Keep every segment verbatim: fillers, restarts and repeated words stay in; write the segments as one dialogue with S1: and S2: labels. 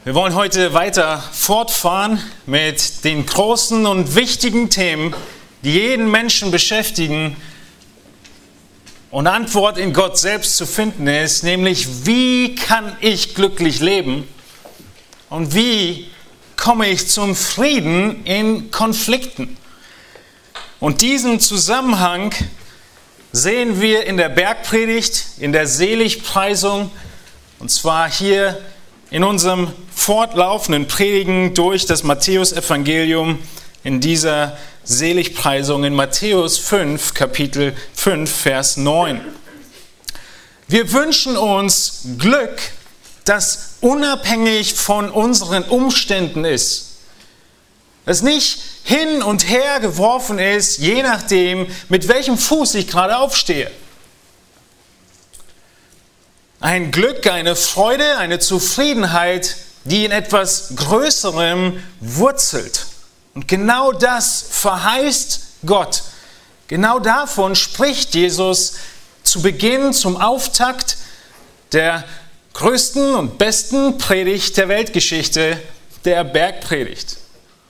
S1: Wir wollen heute weiter fortfahren mit den großen und wichtigen Themen, die jeden Menschen beschäftigen. Und Antwort in Gott selbst zu finden ist, nämlich wie kann ich glücklich leben und wie komme ich zum Frieden in Konflikten. Und diesen Zusammenhang sehen wir in der Bergpredigt, in der Seligpreisung, und zwar hier in unserem fortlaufenden Predigen durch das Matthäus-Evangelium in dieser Seligpreisung in Matthäus fünf, Kapitel fünf, Vers neun. Wir wünschen uns Glück, das unabhängig von unseren Umständen ist. Das nicht hin und her geworfen ist, je nachdem, mit welchem Fuß ich gerade aufstehe. Ein Glück, eine Freude, eine Zufriedenheit, die in etwas Größerem wurzelt. Und genau das verheißt Gott. Genau davon spricht Jesus zu Beginn, zum Auftakt der größten und besten Predigt der Weltgeschichte, der Bergpredigt.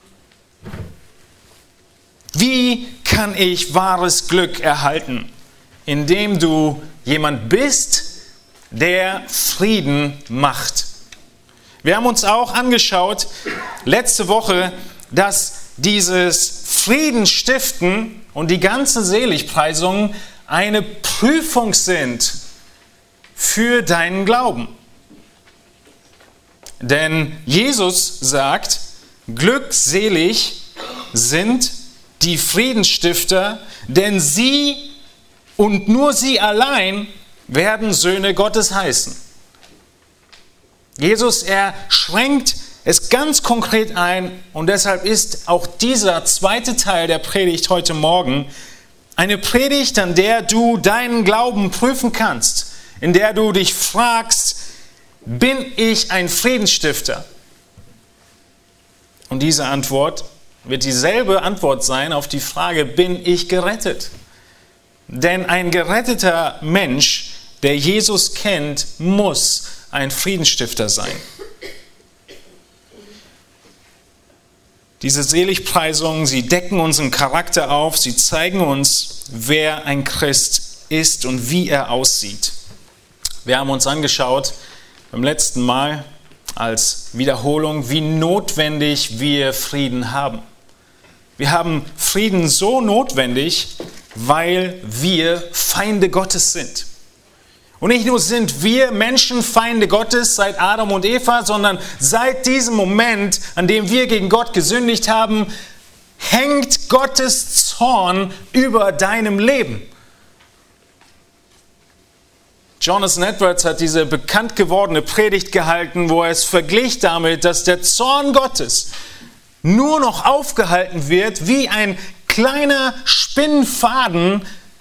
S1: Wie kann ich wahres Glück erhalten? Indem du jemand bist, der Frieden macht. Wir haben uns auch angeschaut, letzte Woche, dass dieses Friedensstiften und die ganze Seligpreisung eine Prüfung sind für deinen Glauben. Denn Jesus sagt, glückselig sind die Friedensstifter, denn sie und nur sie allein werden Söhne Gottes heißen. Jesus, er schränkt es ganz konkret ein und deshalb ist auch dieser zweite Teil der Predigt heute Morgen eine Predigt, an der du deinen Glauben prüfen kannst, in der du dich fragst, bin ich ein Friedensstifter? Und diese Antwort wird dieselbe Antwort sein auf die Frage, bin ich gerettet? Denn ein geretteter Mensch, der Jesus kennt, muss ein Friedensstifter sein. Diese Seligpreisungen, sie decken unseren Charakter auf, sie zeigen uns, wer ein Christ ist und wie er aussieht. Wir haben uns angeschaut beim letzten Mal als Wiederholung, wie notwendig wir Frieden haben. Wir haben Frieden so notwendig, weil wir Feinde Gottes sind. Und nicht nur sind wir Menschen Feinde Gottes seit Adam und Eva, sondern seit diesem Moment, an dem wir gegen Gott gesündigt haben, hängt Gottes Zorn über deinem Leben. Jonathan Edwards hat diese bekannt gewordene Predigt gehalten, wo er es verglich damit, dass der Zorn Gottes nur noch aufgehalten wird wie ein kleiner Spinnfaden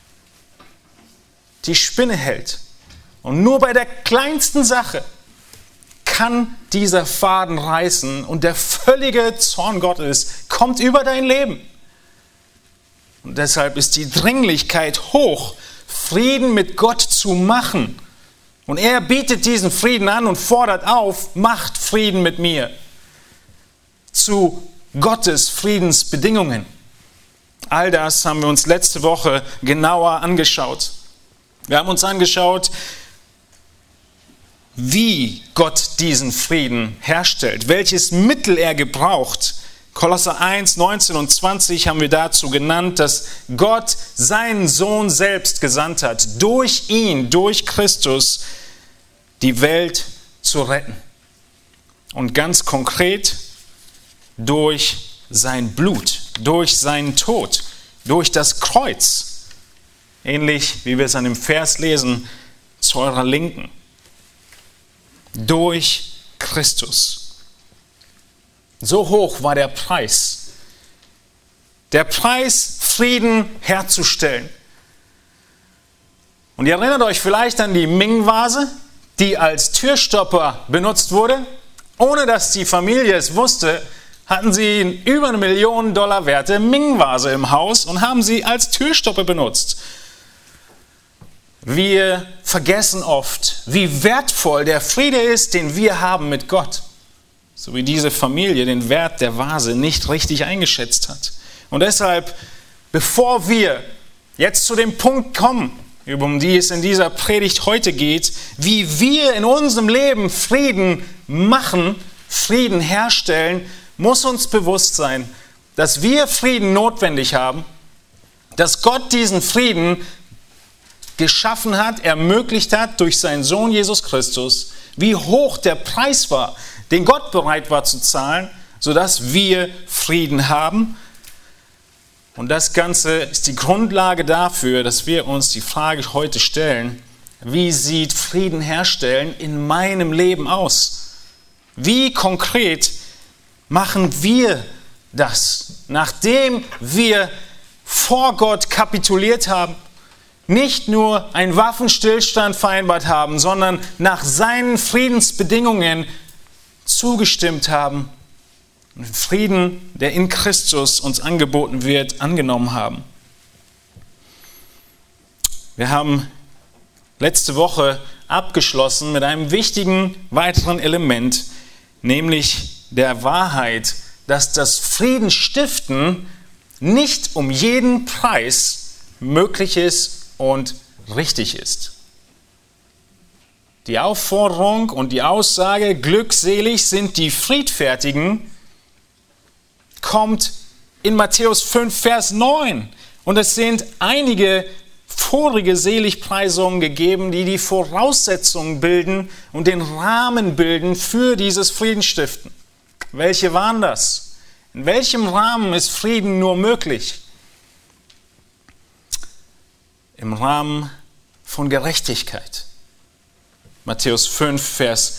S1: die Spinne hält. Und nur bei der kleinsten Sache kann dieser Faden reißen und der völlige Zorn Gottes kommt über dein Leben. Und deshalb ist die Dringlichkeit hoch, Frieden mit Gott zu machen. Und er bietet diesen Frieden an und fordert auf, macht Frieden mit mir. Zu Gottes Friedensbedingungen. All das haben wir uns letzte Woche genauer angeschaut. Wir haben uns angeschaut, wie Gott diesen Frieden herstellt, welches Mittel er gebraucht. Kolosser eins, neunzehn und zwanzig haben wir dazu genannt, dass Gott seinen Sohn selbst gesandt hat, durch ihn, durch Christus, die Welt zu retten. Und ganz konkret durch sein Blut, durch seinen Tod, durch das Kreuz. Ähnlich wie wir es an dem Vers lesen, zu eurer Linken. Durch Christus. So hoch war der Preis. Der Preis, Frieden herzustellen. Und ihr erinnert euch vielleicht an die Ming-Vase, die als Türstopper benutzt wurde. Ohne dass die Familie es wusste, hatten sie über eine Million Dollar werte Ming-Vase im Haus und haben sie als Türstopper benutzt. Wir vergessen oft, wie wertvoll der Friede ist, den wir haben mit Gott. so wie diese Familie den Wert der Vase nicht richtig eingeschätzt hat. Und deshalb, bevor wir jetzt zu dem Punkt kommen, um die es in dieser Predigt heute geht, wie wir in unserem Leben Frieden machen, Frieden herstellen, muss uns bewusst sein, dass wir Frieden notwendig haben, dass Gott diesen Frieden geschaffen hat, ermöglicht hat durch seinen Sohn Jesus Christus, wie hoch der Preis war, den Gott bereit war zu zahlen, sodass wir Frieden haben. Und das Ganze ist die Grundlage dafür, dass wir uns die Frage heute stellen, wie sieht Frieden herstellen in meinem Leben aus? Wie konkret machen wir das, nachdem wir vor Gott kapituliert haben, nicht nur einen Waffenstillstand vereinbart haben, sondern nach seinen Friedensbedingungen zugestimmt haben und den Frieden, der in Christus uns angeboten wird, angenommen haben. Wir haben letzte Woche abgeschlossen mit einem wichtigen weiteren Element, nämlich der Wahrheit, dass das Friedensstiften nicht um jeden Preis möglich ist und richtig ist. Die Aufforderung und die Aussage, glückselig sind die Friedfertigen, kommt in Matthäus fünf, Vers neun. Und es sind einige vorige Seligpreisungen gegeben, die die Voraussetzungen bilden und den Rahmen bilden für dieses Friedensstiften. Welche waren das? In welchem Rahmen ist Frieden nur möglich? Im Rahmen von Gerechtigkeit. Matthäus fünf, Vers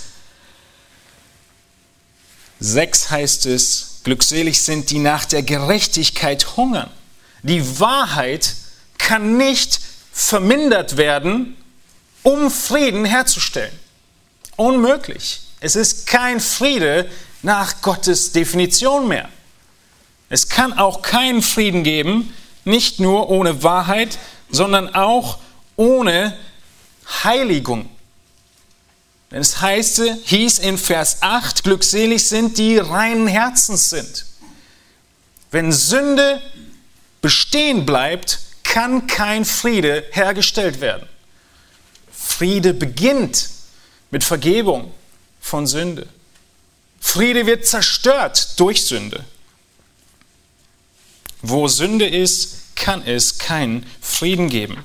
S1: sechs heißt es, glückselig sind, die nach der Gerechtigkeit hungern. Die Wahrheit kann nicht vermindert werden, um Frieden herzustellen. Unmöglich. Es ist kein Friede nach Gottes Definition mehr. Es kann auch keinen Frieden geben, nicht nur ohne Wahrheit, sondern auch ohne Heiligung. Denn es heißt, hieß in Vers acht, glückselig sind, die reinen Herzens sind. Wenn Sünde bestehen bleibt, kann kein Friede hergestellt werden. Friede beginnt mit Vergebung von Sünde. Friede wird zerstört durch Sünde. Wo Sünde ist, kann es keinen Frieden geben.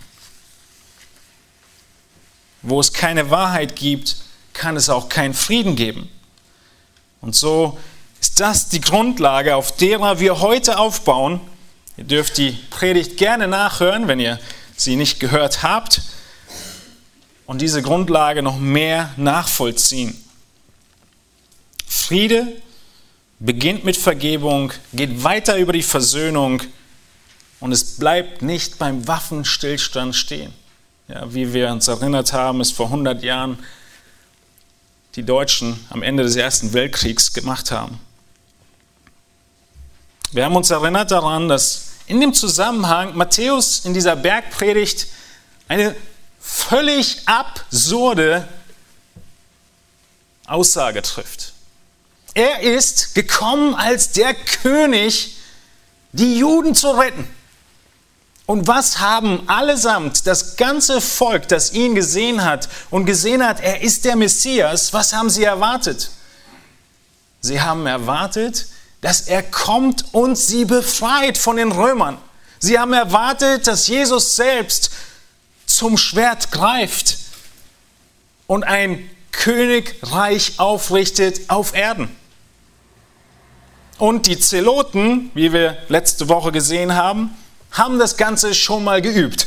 S1: Wo es keine Wahrheit gibt, kann es auch keinen Frieden geben. Und so ist das die Grundlage, auf derer wir heute aufbauen. Ihr dürft die Predigt gerne nachhören, wenn ihr sie nicht gehört habt, und diese Grundlage noch mehr nachvollziehen. Friede beginnt mit Vergebung, geht weiter über die Versöhnung und es bleibt nicht beim Waffenstillstand stehen. Ja, wie wir uns erinnert haben, es vor hundert Jahren die Deutschen am Ende des Ersten Weltkriegs gemacht haben. Wir haben uns erinnert daran, dass in dem Zusammenhang Matthäus in dieser Bergpredigt eine völlig absurde Aussage trifft. Er ist gekommen als der König, die Juden zu retten. Und was haben allesamt, das ganze Volk, das ihn gesehen hat und gesehen hat, er ist der Messias, was haben sie erwartet? Sie haben erwartet, dass er kommt und sie befreit von den Römern. Sie haben erwartet, dass Jesus selbst zum Schwert greift und ein Königreich aufrichtet auf Erden. Und die Zeloten, wie wir letzte Woche gesehen haben, haben das Ganze schon mal geübt.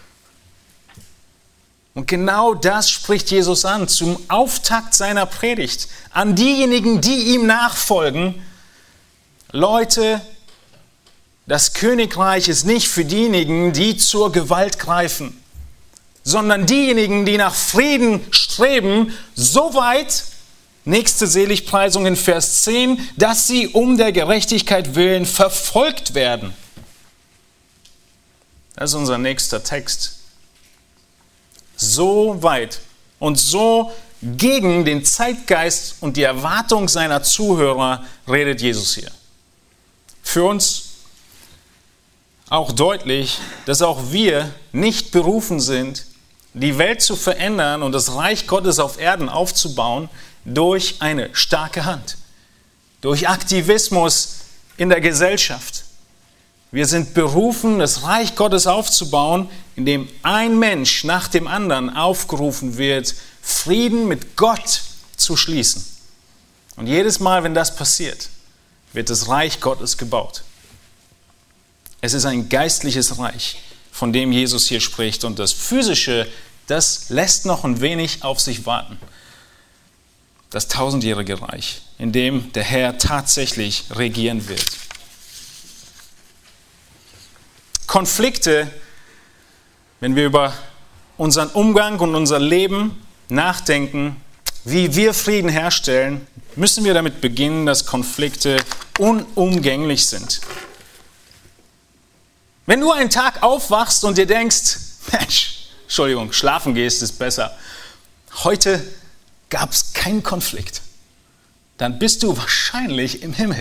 S1: Und genau das spricht Jesus an, zum Auftakt seiner Predigt, an diejenigen, die ihm nachfolgen. Leute, das Königreich ist nicht für diejenigen, die zur Gewalt greifen, sondern diejenigen, die nach Frieden streben, so weit, nächste Seligpreisung in Vers zehn, dass sie um der Gerechtigkeit willen verfolgt werden. Das ist unser nächster Text. So weit und so gegen den Zeitgeist und die Erwartung seiner Zuhörer redet Jesus hier. Für uns auch deutlich, dass auch wir nicht berufen sind, die Welt zu verändern und das Reich Gottes auf Erden aufzubauen durch eine starke Hand, durch Aktivismus in der Gesellschaft. Wir sind berufen, das Reich Gottes aufzubauen, indem ein Mensch nach dem anderen aufgerufen wird, Frieden mit Gott zu schließen. Und jedes Mal, wenn das passiert, wird das Reich Gottes gebaut. Es ist ein geistliches Reich, von dem Jesus hier spricht. Und das Physische, das lässt noch ein wenig auf sich warten. Das tausendjährige Reich, in dem der Herr tatsächlich regieren wird. Konflikte, wenn wir über unseren Umgang und unser Leben nachdenken, wie wir Frieden herstellen, müssen wir damit beginnen, dass Konflikte unumgänglich sind. Wenn du einen Tag aufwachst und dir denkst, Mensch, Entschuldigung, schlafen gehst ist besser, heute gab es keinen Konflikt, dann bist du wahrscheinlich im Himmel.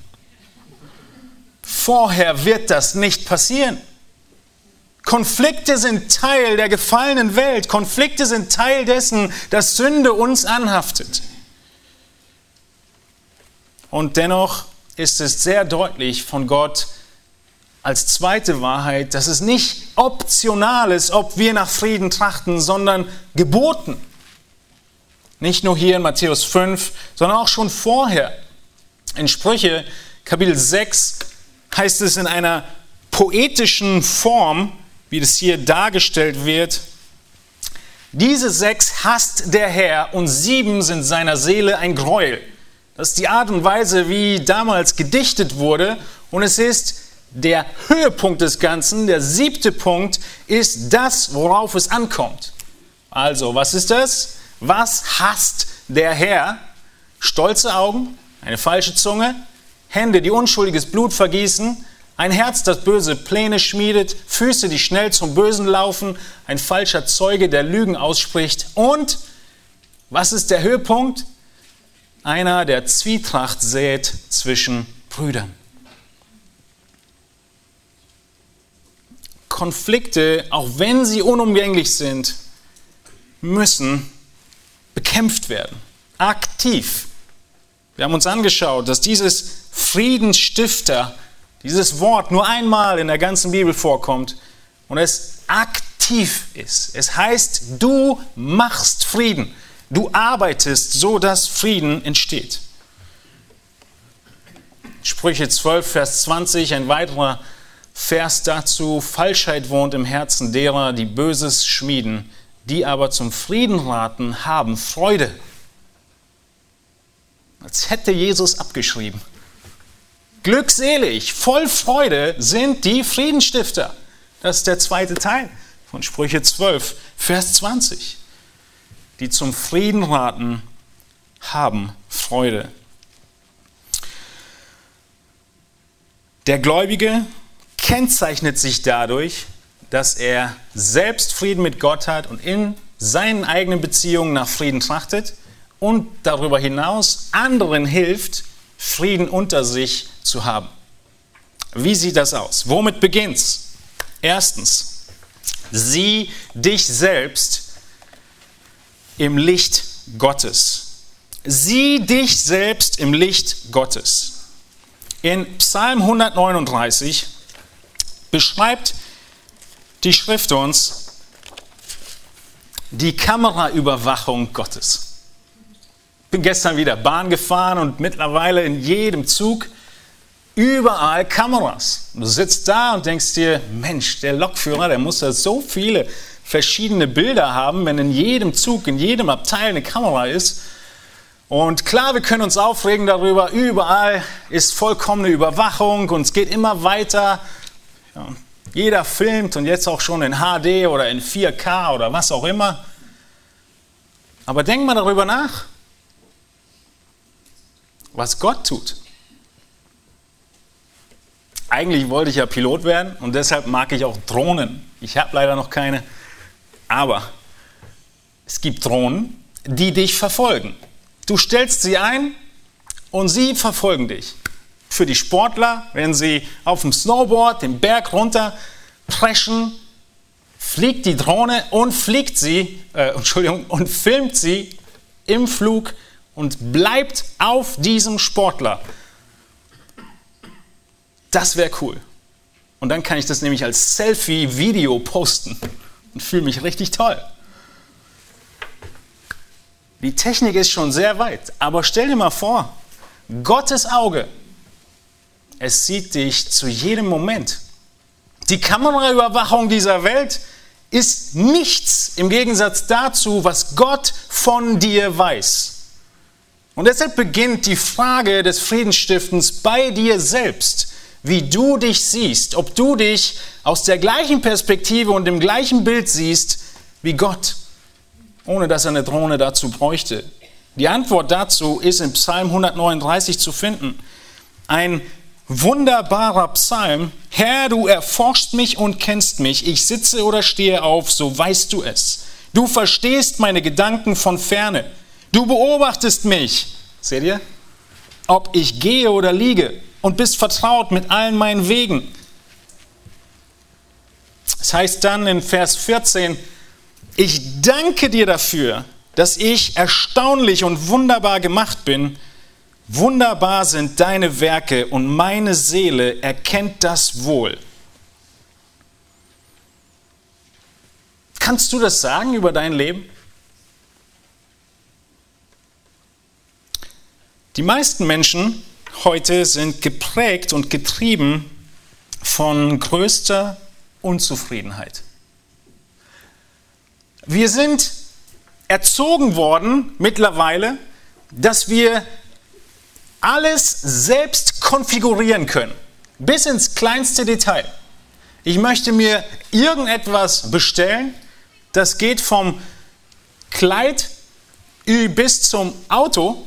S1: Vorher wird das nicht passieren. Konflikte sind Teil der gefallenen Welt. Konflikte sind Teil dessen, dass Sünde uns anhaftet. Und dennoch ist es sehr deutlich von Gott als zweite Wahrheit, dass es nicht optional ist, ob wir nach Frieden trachten, sondern geboten. Nicht nur hier in Matthäus fünf, sondern auch schon vorher. In Sprüche Kapitel sechs heißt es in einer poetischen Form, wie das hier dargestellt wird: Diese sechs hasst der Herr und sieben sind seiner Seele ein Gräuel. Das ist die Art und Weise, wie damals gedichtet wurde, und es ist der Höhepunkt des Ganzen. Der siebte Punkt ist das, worauf es ankommt. Also, was ist das? Was hasst der Herr? Stolze Augen, eine falsche Zunge, Hände, die unschuldiges Blut vergießen, ein Herz, das böse Pläne schmiedet, Füße, die schnell zum Bösen laufen, ein falscher Zeuge, der Lügen ausspricht. Und, was ist der Höhepunkt? Einer, der Zwietracht sät zwischen Brüdern. Konflikte, auch wenn sie unumgänglich sind, müssen bekämpft werden. Aktiv. Wir haben uns angeschaut, dass dieses Friedensstifter, dieses Wort nur einmal in der ganzen Bibel vorkommt und es aktiv ist. Es heißt, du machst Frieden. Du arbeitest, so dass Frieden entsteht. Sprüche zwölf, Vers zwanzig, ein weiterer Vers dazu: Falschheit wohnt im Herzen derer, die Böses schmieden, die aber zum Frieden raten, haben Freude. Als hätte Jesus abgeschrieben. Glückselig, voll Freude sind die Friedensstifter. Das ist der zweite Teil von Sprüche zwölf, Vers zwanzig. Die zum Frieden raten, haben Freude. Der Gläubige kennzeichnet sich dadurch, dass er selbst Frieden mit Gott hat und in seinen eigenen Beziehungen nach Frieden trachtet und darüber hinaus anderen hilft, Frieden unter sich zu haben. Wie sieht das aus? Womit beginnt's? Erstens, sieh dich selbst im Licht Gottes. Sieh dich selbst im Licht Gottes. In Psalm hundertneununddreißig beschreibt die Schrift uns die Kameraüberwachung Gottes. Ich bin gestern wieder Bahn gefahren und mittlerweile in jedem Zug überall Kameras. Du sitzt da und denkst dir, Mensch, der Lokführer, der muss ja so viele verschiedene Bilder haben, wenn in jedem Zug, in jedem Abteil eine Kamera ist. Und klar, wir können uns aufregen darüber, überall ist vollkommene Überwachung und es geht immer weiter. Ja, jeder filmt und jetzt auch schon in H D oder in vier K oder was auch immer. Aber denk mal darüber nach, was Gott tut. Eigentlich wollte ich ja Pilot werden und deshalb mag ich auch Drohnen. Ich habe leider noch keine, aber es gibt Drohnen, die dich verfolgen. Du stellst sie ein und sie verfolgen dich. Für die Sportler, wenn sie auf dem Snowboard den Berg runter preschen, fliegt die Drohne und fliegt sie, äh, Entschuldigung, und filmt sie im Flug und bleibt auf diesem Sportler. Das wäre cool. Und dann kann ich das nämlich als Selfie-Video posten und fühle mich richtig toll. Die Technik ist schon sehr weit, aber stell dir mal vor, Gottes Auge, es sieht dich zu jedem Moment. Die Kameraüberwachung dieser Welt ist nichts im Gegensatz dazu, was Gott von dir weiß. Und deshalb beginnt die Frage des Friedensstiftens bei dir selbst, wie du dich siehst, ob du dich aus der gleichen Perspektive und dem gleichen Bild siehst wie Gott, ohne dass er eine Drohne dazu bräuchte. Die Antwort dazu ist in Psalm hundertneununddreißig zu finden. Ein wunderbarer Psalm. Herr, du erforschst mich und kennst mich. Ich sitze oder stehe auf, so weißt du es. Du verstehst meine Gedanken von ferne. Du beobachtest mich. Seht ihr? Ob ich gehe oder liege und bist vertraut mit allen meinen Wegen. Es heißt dann in Vers vierzehn, ich danke dir dafür, dass ich erstaunlich und wunderbar gemacht bin. Wunderbar sind deine Werke und meine Seele erkennt das wohl. Kannst du das sagen über dein Leben? Die meisten Menschen heute sind geprägt und getrieben von größter Unzufriedenheit. Wir sind erzogen worden mittlerweile, dass wir alles selbst konfigurieren können, bis ins kleinste Detail. Ich möchte mir irgendetwas bestellen, das geht vom Kleid bis zum Auto,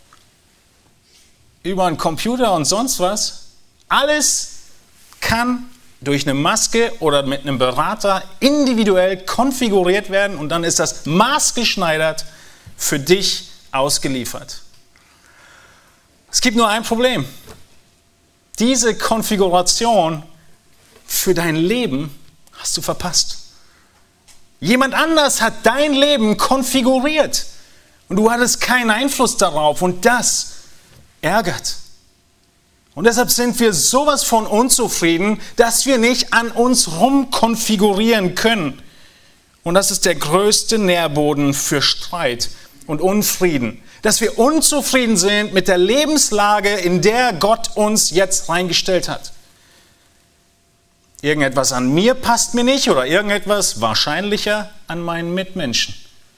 S1: über einen Computer und sonst was. Alles kann durch eine Maske oder mit einem Berater individuell konfiguriert werden und dann ist das maßgeschneidert für dich ausgeliefert. Es gibt nur ein Problem. Diese Konfiguration für dein Leben hast du verpasst. Jemand anders hat dein Leben konfiguriert und du hattest keinen Einfluss darauf und das ärgert. Und deshalb sind wir sowas von unzufrieden, dass wir nicht an uns rumkonfigurieren können. Und das ist der größte Nährboden für Streit und Unfrieden. Dass wir unzufrieden sind mit der Lebenslage, in der Gott uns jetzt reingestellt hat. Irgendetwas an mir passt mir nicht oder irgendetwas wahrscheinlicher an meinen Mitmenschen.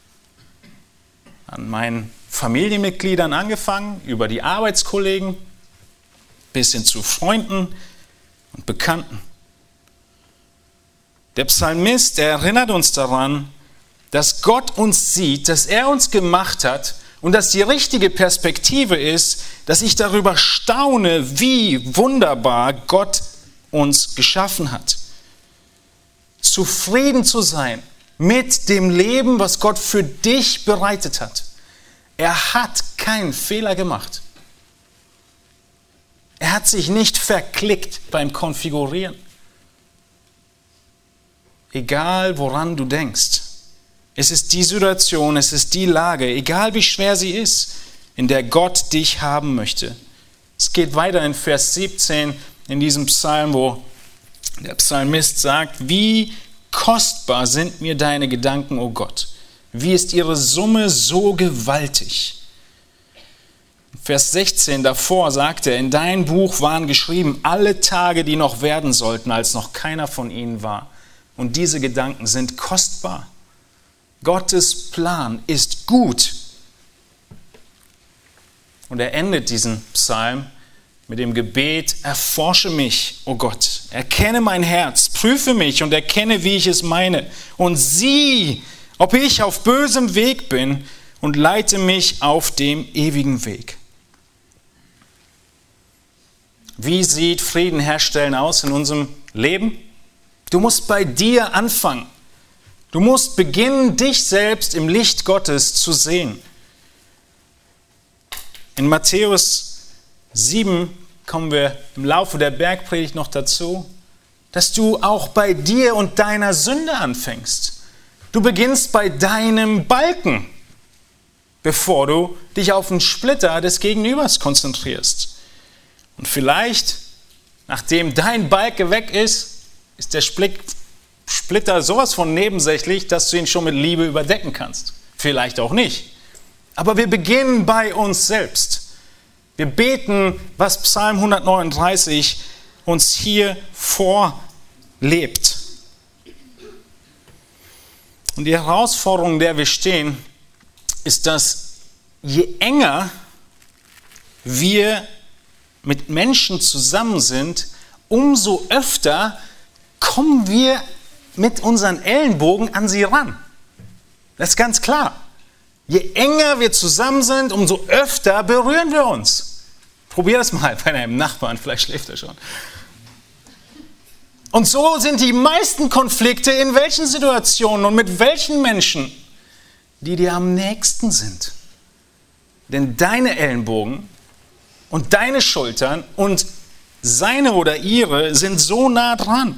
S1: An meinen Familienmitgliedern angefangen, über die Arbeitskollegen, bis hin zu Freunden und Bekannten. Der Psalmist, der erinnert uns daran, dass Gott uns sieht, dass er uns gemacht hat und dass die richtige Perspektive ist, dass ich darüber staune, wie wunderbar Gott uns geschaffen hat. Zufrieden zu sein mit dem Leben, was Gott für dich bereitet hat. Er hat keinen Fehler gemacht. Er hat sich nicht verklickt beim Konfigurieren. Egal woran du denkst, es ist die Situation, es ist die Lage, egal wie schwer sie ist, in der Gott dich haben möchte. Es geht weiter in Vers siebzehn in diesem Psalm, wo der Psalmist sagt, wie kostbar sind mir deine Gedanken, o Gott. Wie ist ihre Summe so gewaltig? Vers sechzehn davor sagt er, in dein Buch waren geschrieben alle Tage, die noch werden sollten, als noch keiner von ihnen war. Und diese Gedanken sind kostbar. Gottes Plan ist gut. Und er endet diesen Psalm mit dem Gebet, erforsche mich, o Gott, erkenne mein Herz, prüfe mich und erkenne, wie ich es meine. Und sieh, ob ich auf bösem Weg bin und leite mich auf dem ewigen Weg. Wie sieht Frieden herstellen aus in unserem Leben? Du musst bei dir anfangen. Du musst beginnen, dich selbst im Licht Gottes zu sehen. In Matthäus sieben kommen wir im Laufe der Bergpredigt noch dazu, dass du auch bei dir und deiner Sünde anfängst. Du beginnst bei deinem Balken, bevor du dich auf den Splitter des Gegenübers konzentrierst. Und vielleicht, nachdem dein Balken weg ist, ist der Splitter sowas von nebensächlich, dass du ihn schon mit Liebe überdecken kannst. Vielleicht auch nicht. Aber wir beginnen bei uns selbst. Wir beten, was Psalm hundertneununddreißig uns hier vorlebt. Und die Herausforderung, in der wir stehen, ist, dass je enger wir mit Menschen zusammen sind, umso öfter kommen wir mit unseren Ellenbogen an sie ran. Das ist ganz klar. Je enger wir zusammen sind, umso öfter berühren wir uns. Probier das mal bei deinem Nachbarn, vielleicht schläft er schon. Und so sind die meisten Konflikte in welchen Situationen und mit welchen Menschen, die dir am nächsten sind. Denn deine Ellenbogen und deine Schultern und seine oder ihre sind so nah dran.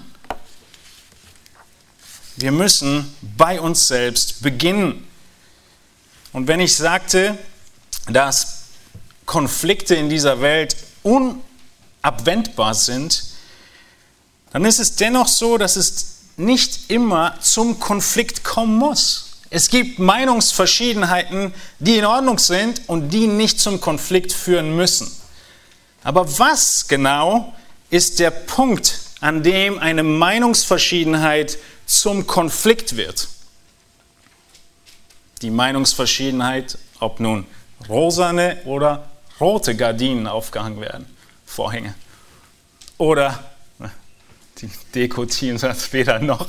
S1: Wir müssen bei uns selbst beginnen. Und wenn ich sagte, dass Konflikte in dieser Welt unabwendbar sind, dann ist es dennoch so, dass es nicht immer zum Konflikt kommen muss. Es gibt Meinungsverschiedenheiten, die in Ordnung sind und die nicht zum Konflikt führen müssen. Aber was genau ist der Punkt, an dem eine Meinungsverschiedenheit zum Konflikt wird? Die Meinungsverschiedenheit, ob nun rosane oder rote Gardinen aufgehangen werden, Vorhänge. Oder, die Deko-Teams sagt weder noch.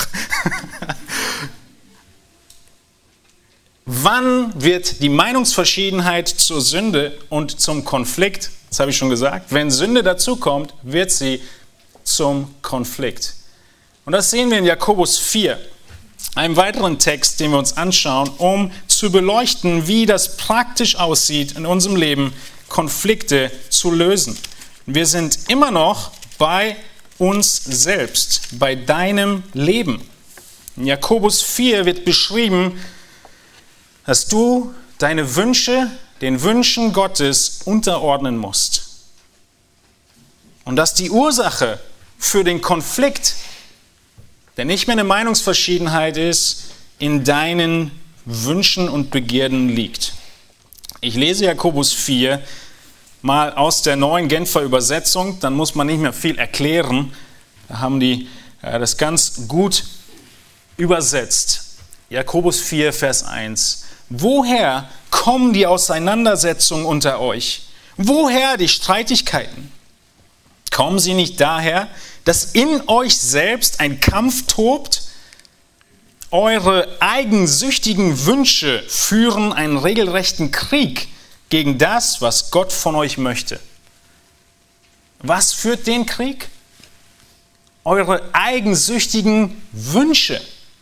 S1: Wann wird die Meinungsverschiedenheit zur Sünde und zum Konflikt? Das habe ich schon gesagt. Wenn Sünde dazukommt, wird sie zum Konflikt. Und das sehen wir in Jakobus vier. Einen weiteren Text, den wir uns anschauen, um zu beleuchten, wie das praktisch aussieht in unserem Leben, Konflikte zu lösen. Wir sind immer noch bei uns selbst, bei deinem Leben. In Jakobus vier wird beschrieben, dass du deine Wünsche den Wünschen Gottes unterordnen musst. Und dass die Ursache für den Konflikt, der nicht mehr eine Meinungsverschiedenheit ist, in deinen Wünschen und Begierden liegt. Ich lese Jakobus vier mal aus der neuen Genfer Übersetzung, dann muss man nicht mehr viel erklären. Da haben die äh, das ganz gut übersetzt. Jakobus vier, Vers eins. Woher kommen die Auseinandersetzungen unter euch? Woher die Streitigkeiten? Kommen sie nicht daher, dass in euch selbst ein Kampf tobt? Eure eigensüchtigen Wünsche führen einen regelrechten Krieg gegen das, was Gott von euch möchte. Was führt den Krieg? Eure eigensüchtigen Wünsche.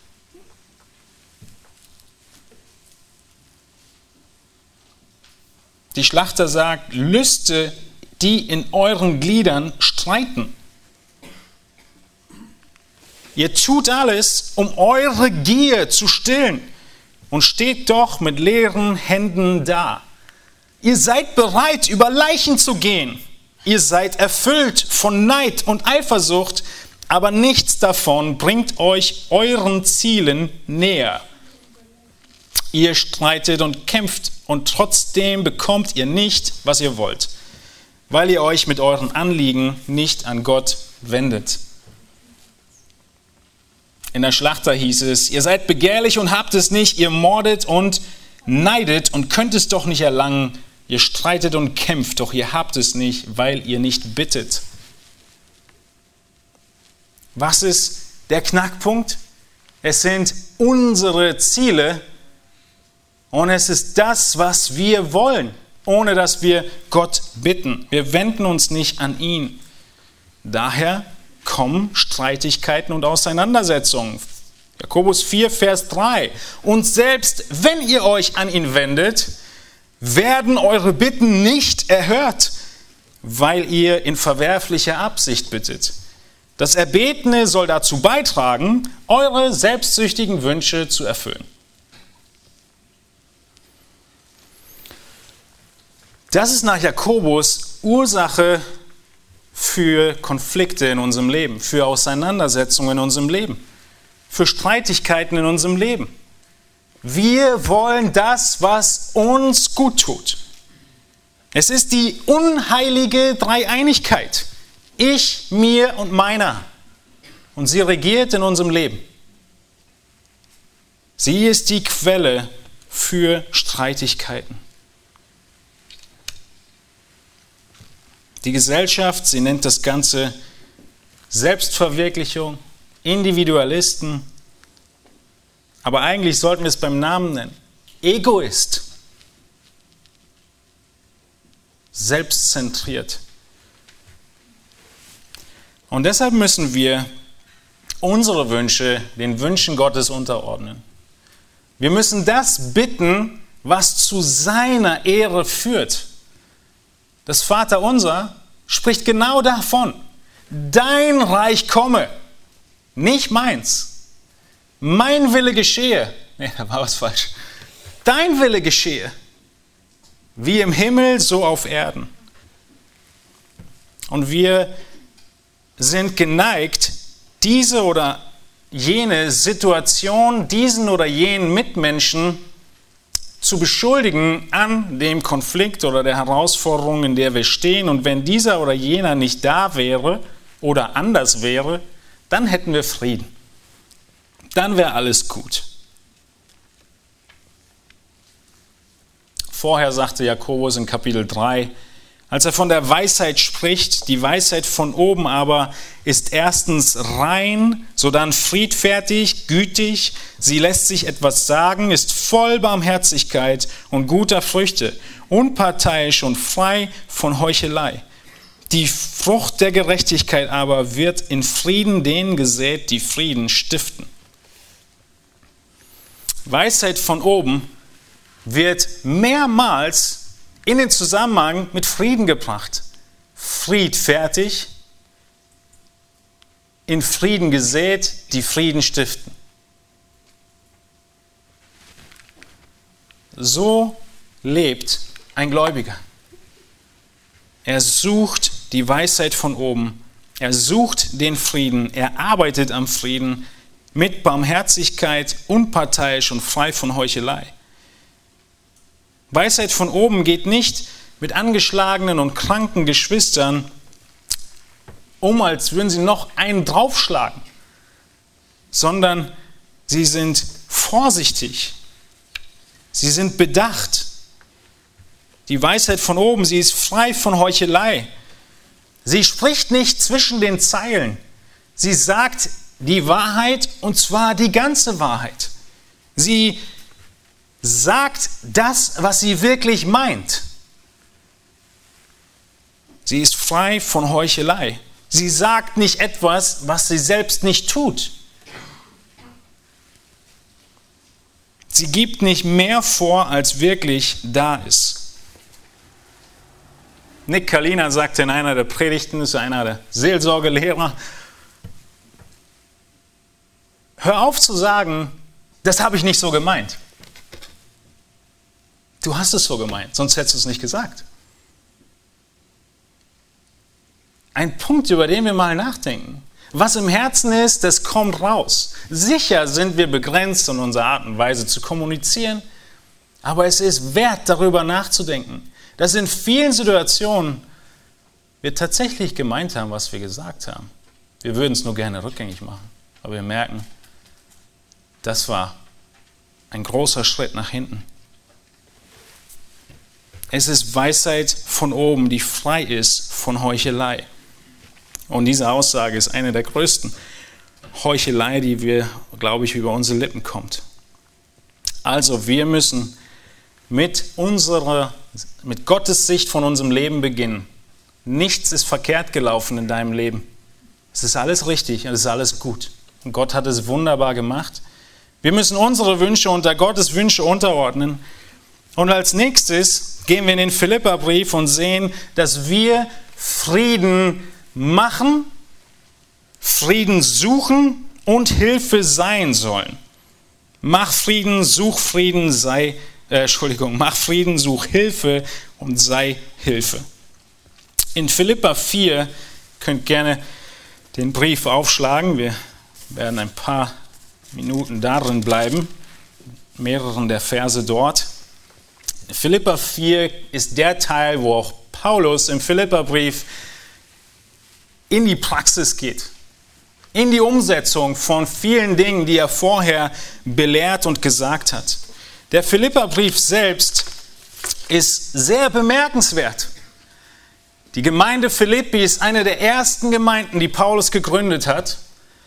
S1: Die Schlachter sagt, Lüste, die in euren Gliedern streiten. Ihr tut alles, um eure Gier zu stillen und steht doch mit leeren Händen da. Ihr seid bereit, über Leichen zu gehen. Ihr seid erfüllt von Neid und Eifersucht, aber nichts davon bringt euch euren Zielen näher. Ihr streitet und kämpft und trotzdem bekommt ihr nicht, was ihr wollt, weil ihr euch mit euren Anliegen nicht an Gott wendet. In der Schlachter hieß es, ihr seid begehrlich und habt es nicht, ihr mordet und neidet und könnt es doch nicht erlangen. Ihr streitet und kämpft, doch ihr habt es nicht, weil ihr nicht bittet. Was ist der Knackpunkt? Es sind unsere Ziele und es ist das, was wir wollen, ohne dass wir Gott bitten. Wir wenden uns nicht an ihn. Daher kommen Streitigkeiten und Auseinandersetzungen. Jakobus vier, Vers drei. Und selbst wenn ihr euch an ihn wendet, werden eure Bitten nicht erhört, weil ihr in verwerflicher Absicht bittet. Das Erbetene soll dazu beitragen, eure selbstsüchtigen Wünsche zu erfüllen. Das ist nach Jakobus Ursache für Konflikte in unserem Leben, für Auseinandersetzungen in unserem Leben, für Streitigkeiten in unserem Leben. Wir wollen das, was uns gut tut. Es ist die unheilige Dreieinigkeit. Ich, mir und meiner. Und sie regiert in unserem Leben. Sie ist die Quelle für Streitigkeiten. Die Gesellschaft, sie nennt das Ganze Selbstverwirklichung, Individualisten. Aber eigentlich sollten wir es beim Namen nennen. Egoist. Selbstzentriert. Und deshalb müssen wir unsere Wünsche den Wünschen Gottes unterordnen. Wir müssen das bitten, was zu seiner Ehre führt. Das Vaterunser spricht genau davon. Dein Reich komme, nicht meins. Mein Wille geschehe. Nee, da war was falsch. Dein Wille geschehe. Wie im Himmel, so auf Erden. Und wir sind geneigt, diese oder jene Situation, diesen oder jenen Mitmenschen zu beschuldigen an dem Konflikt oder der Herausforderung, in der wir stehen. Und wenn dieser oder jener nicht da wäre oder anders wäre, dann hätten wir Frieden. Dann wäre alles gut. Vorher sagte Jakobus in Kapitel drei, als er von der Weisheit spricht, die Weisheit von oben aber ist erstens rein, sodann friedfertig, gütig, sie lässt sich etwas sagen, ist voll Barmherzigkeit und guter Früchte, unparteiisch und frei von Heuchelei. Die Frucht der Gerechtigkeit aber wird in Frieden denen gesät, die Frieden stiften. Weisheit von oben wird mehrmals in den Zusammenhang mit Frieden gebracht. Friedfertig, in Frieden gesät, die Frieden stiften. So lebt ein Gläubiger. Er sucht die Weisheit von oben, er sucht den Frieden, er arbeitet am Frieden mit Barmherzigkeit, unparteiisch und frei von Heuchelei. Weisheit von oben geht nicht mit angeschlagenen und kranken Geschwistern um, als würden sie noch einen draufschlagen, sondern sie sind vorsichtig, sie sind bedacht. Die Weisheit von oben, sie ist frei von Heuchelei. Sie spricht nicht zwischen den Zeilen. Sie sagt die Wahrheit, und zwar die ganze Wahrheit. Sie sagt das, was sie wirklich meint. Sie ist frei von Heuchelei. Sie sagt nicht etwas, was sie selbst nicht tut. Sie gibt nicht mehr vor, als wirklich da ist. Nick Kalina sagte in einer der Predigten, ist einer der Seelsorgelehrer, hör auf zu sagen, das habe ich nicht so gemeint. Du hast es so gemeint, sonst hättest du es nicht gesagt. Ein Punkt, über den wir mal nachdenken. Was im Herzen ist, das kommt raus. Sicher sind wir begrenzt in unserer Art und Weise zu kommunizieren, aber es ist wert, darüber nachzudenken, dass in vielen Situationen wir tatsächlich gemeint haben, was wir gesagt haben. Wir würden es nur gerne rückgängig machen, aber wir merken, das war ein großer Schritt nach hinten. Es ist Weisheit von oben, die frei ist von Heuchelei. Und diese Aussage ist eine der größten Heuchelei, die wir, glaube ich, über unsere Lippen kommt. Also wir müssen mit unserer, mit Gottes Sicht von unserem Leben beginnen. Nichts ist verkehrt gelaufen in deinem Leben. Es ist alles richtig und es ist alles gut. Und Gott hat es wunderbar gemacht. Wir müssen unsere Wünsche unter Gottes Wünsche unterordnen. Und als nächstes gehen wir in den Philipperbrief und sehen, dass wir Frieden machen, Frieden suchen und Hilfe sein sollen. Mach Frieden, such Frieden, sei, äh, Entschuldigung, mach Frieden, such Hilfe und sei Hilfe. In Philipper vier, könnt gerne den Brief aufschlagen, wir werden ein paar Minuten darin bleiben, mehreren der Verse dort. Philipper vier ist der Teil, wo auch Paulus im Philipperbrief in die Praxis geht, in die Umsetzung von vielen Dingen, die er vorher belehrt und gesagt hat. Der Philipperbrief selbst ist sehr bemerkenswert. Die Gemeinde Philippi ist eine der ersten Gemeinden, die Paulus gegründet hat.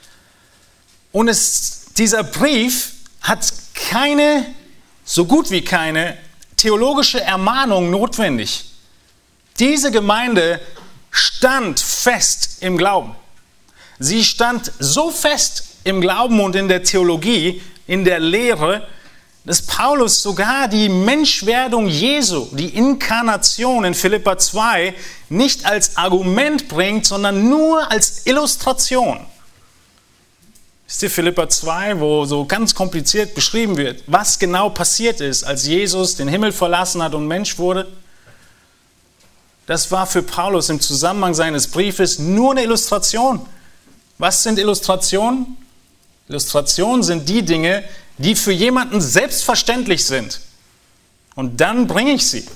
S1: Und es, dieser Brief hat keine, so gut wie keine, theologische Ermahnung notwendig. Diese Gemeinde stand fest im Glauben. Sie stand so fest im Glauben und in der Theologie, in der Lehre, dass Paulus sogar die Menschwerdung Jesu, die Inkarnation in Philipper zwei, nicht als Argument bringt, sondern nur als Illustration. Wisst ihr, Philipper zwei, wo so ganz kompliziert beschrieben wird, was genau passiert ist, als Jesus den Himmel verlassen hat und Mensch wurde? Das war für Paulus im Zusammenhang seines Briefes nur eine Illustration. Was sind Illustrationen? Illustrationen sind die Dinge, die für jemanden selbstverständlich sind. Und dann bringe ich sie.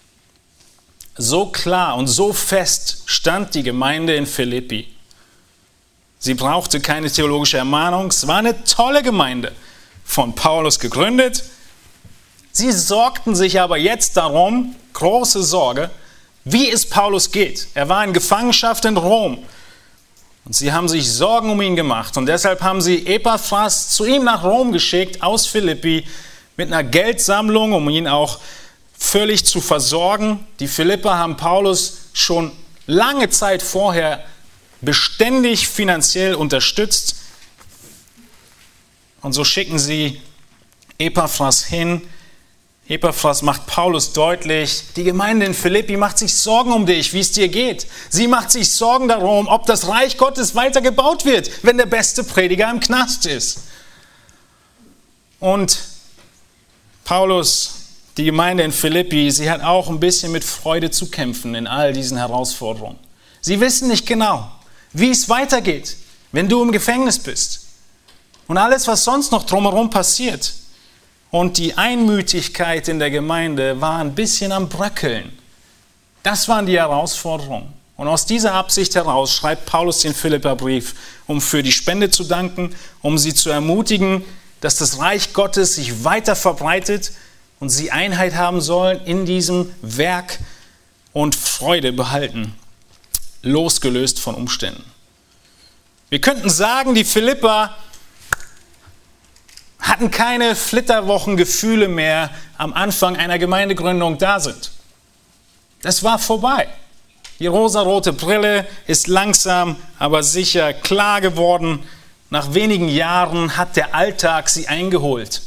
S1: So klar und so fest stand die Gemeinde in Philippi. Sie brauchte keine theologische Ermahnung. Es war eine tolle Gemeinde, von Paulus gegründet. Sie sorgten sich aber jetzt darum, große Sorge, wie es Paulus geht. Er war in Gefangenschaft in Rom. Und sie haben sich Sorgen um ihn gemacht. Und deshalb haben sie Epaphras zu ihm nach Rom geschickt, aus Philippi, mit einer Geldsammlung, um ihn auch völlig zu versorgen. Die Philipper haben Paulus schon lange Zeit vorher beständig finanziell unterstützt. Und so schicken sie Epaphras hin. Epaphras macht Paulus deutlich, die Gemeinde in Philippi macht sich Sorgen um dich, wie es dir geht. Sie macht sich Sorgen darum, ob das Reich Gottes weiter gebaut wird, wenn der beste Prediger im Knast ist. Und Paulus, die Gemeinde in Philippi, sie hat auch ein bisschen mit Freude zu kämpfen in all diesen Herausforderungen. Sie wissen nicht genau, wie es weitergeht, wenn du im Gefängnis bist. Und alles, was sonst noch drumherum passiert. Und die Einmütigkeit in der Gemeinde war ein bisschen am Bröckeln. Das waren die Herausforderungen. Und aus dieser Absicht heraus schreibt Paulus den Philipperbrief, um für die Spende zu danken, um sie zu ermutigen, dass das Reich Gottes sich weiter verbreitet und sie Einheit haben sollen in diesem Werk und Freude behalten, losgelöst von Umständen. Wir könnten sagen, die Philipper hatten keine Flitterwochengefühle mehr am Anfang einer Gemeindegründung da sind. Das war vorbei. Die rosarote Brille ist langsam, aber sicher klar geworden. Nach wenigen Jahren hat der Alltag sie eingeholt.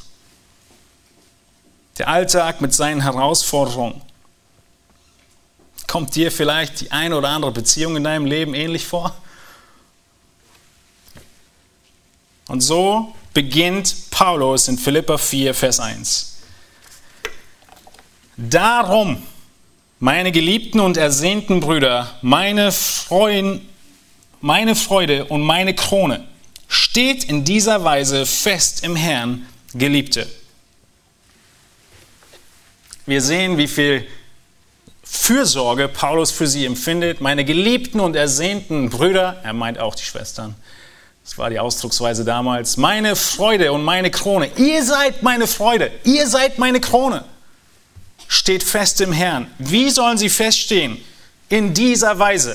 S1: Der Alltag mit seinen Herausforderungen. Kommt dir vielleicht die eine oder andere Beziehung in deinem Leben ähnlich vor? Und so beginnt Paulus in Philipper vier, Vers eins. Darum, meine geliebten und ersehnten Brüder, meine Freuden, meine Freude und meine Krone, steht in dieser Weise fest im Herrn, Geliebte. Wir sehen, wie viel Fürsorge Paulus für sie empfindet. Meine geliebten und ersehnten Brüder, er meint auch die Schwestern, das war die Ausdrucksweise damals, meine Freude und meine Krone, ihr seid meine Freude, ihr seid meine Krone, steht fest im Herrn. Wie sollen sie feststehen? In dieser Weise.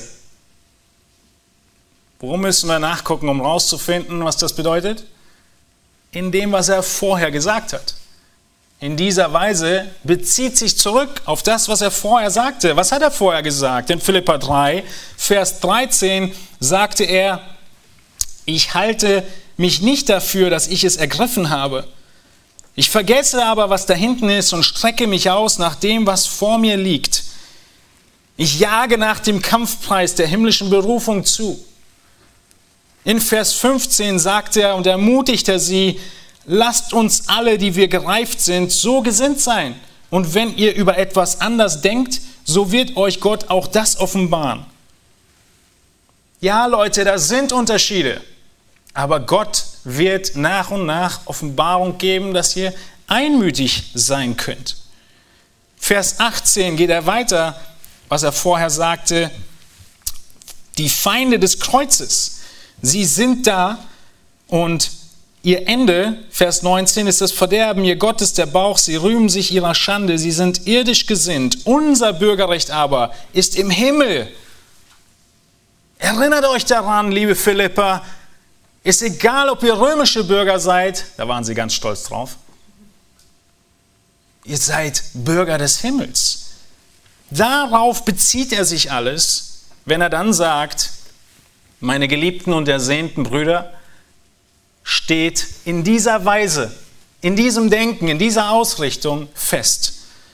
S1: Worum müssen wir nachgucken, um herauszufinden, was das bedeutet? In dem, was er vorher gesagt hat. In dieser Weise bezieht sich zurück auf das, was er vorher sagte. Was hat er vorher gesagt? In Philipper drei, Vers dreizehn sagte er, ich halte mich nicht dafür, dass ich es ergriffen habe. Ich vergesse aber, was da hinten ist und strecke mich aus nach dem, was vor mir liegt. Ich jage nach dem Kampfpreis der himmlischen Berufung zu. In Vers fünfzehn sagt er und ermutigt er sie, lasst uns alle, die wir gereift sind, so gesinnt sein. Und wenn ihr über etwas anders denkt, so wird euch Gott auch das offenbaren. Ja, Leute, da sind Unterschiede. Aber Gott wird nach und nach Offenbarung geben, dass ihr einmütig sein könnt. Vers achtzehn geht er weiter, was er vorher sagte. Die Feinde des Kreuzes, sie sind da und ihr Ende, Vers neunzehn, ist das Verderben, ihr Gott ist der Bauch, sie rühmen sich ihrer Schande, sie sind irdisch gesinnt. Unser Bürgerrecht aber ist im Himmel. Erinnert euch daran, liebe Philipper, ist egal, ob ihr römische Bürger seid, da waren sie ganz stolz drauf, ihr seid Bürger des Himmels. Darauf bezieht er sich alles, wenn er dann sagt, meine geliebten und ersehnten Brüder, steht in dieser Weise, in diesem Denken, in dieser Ausrichtung fest.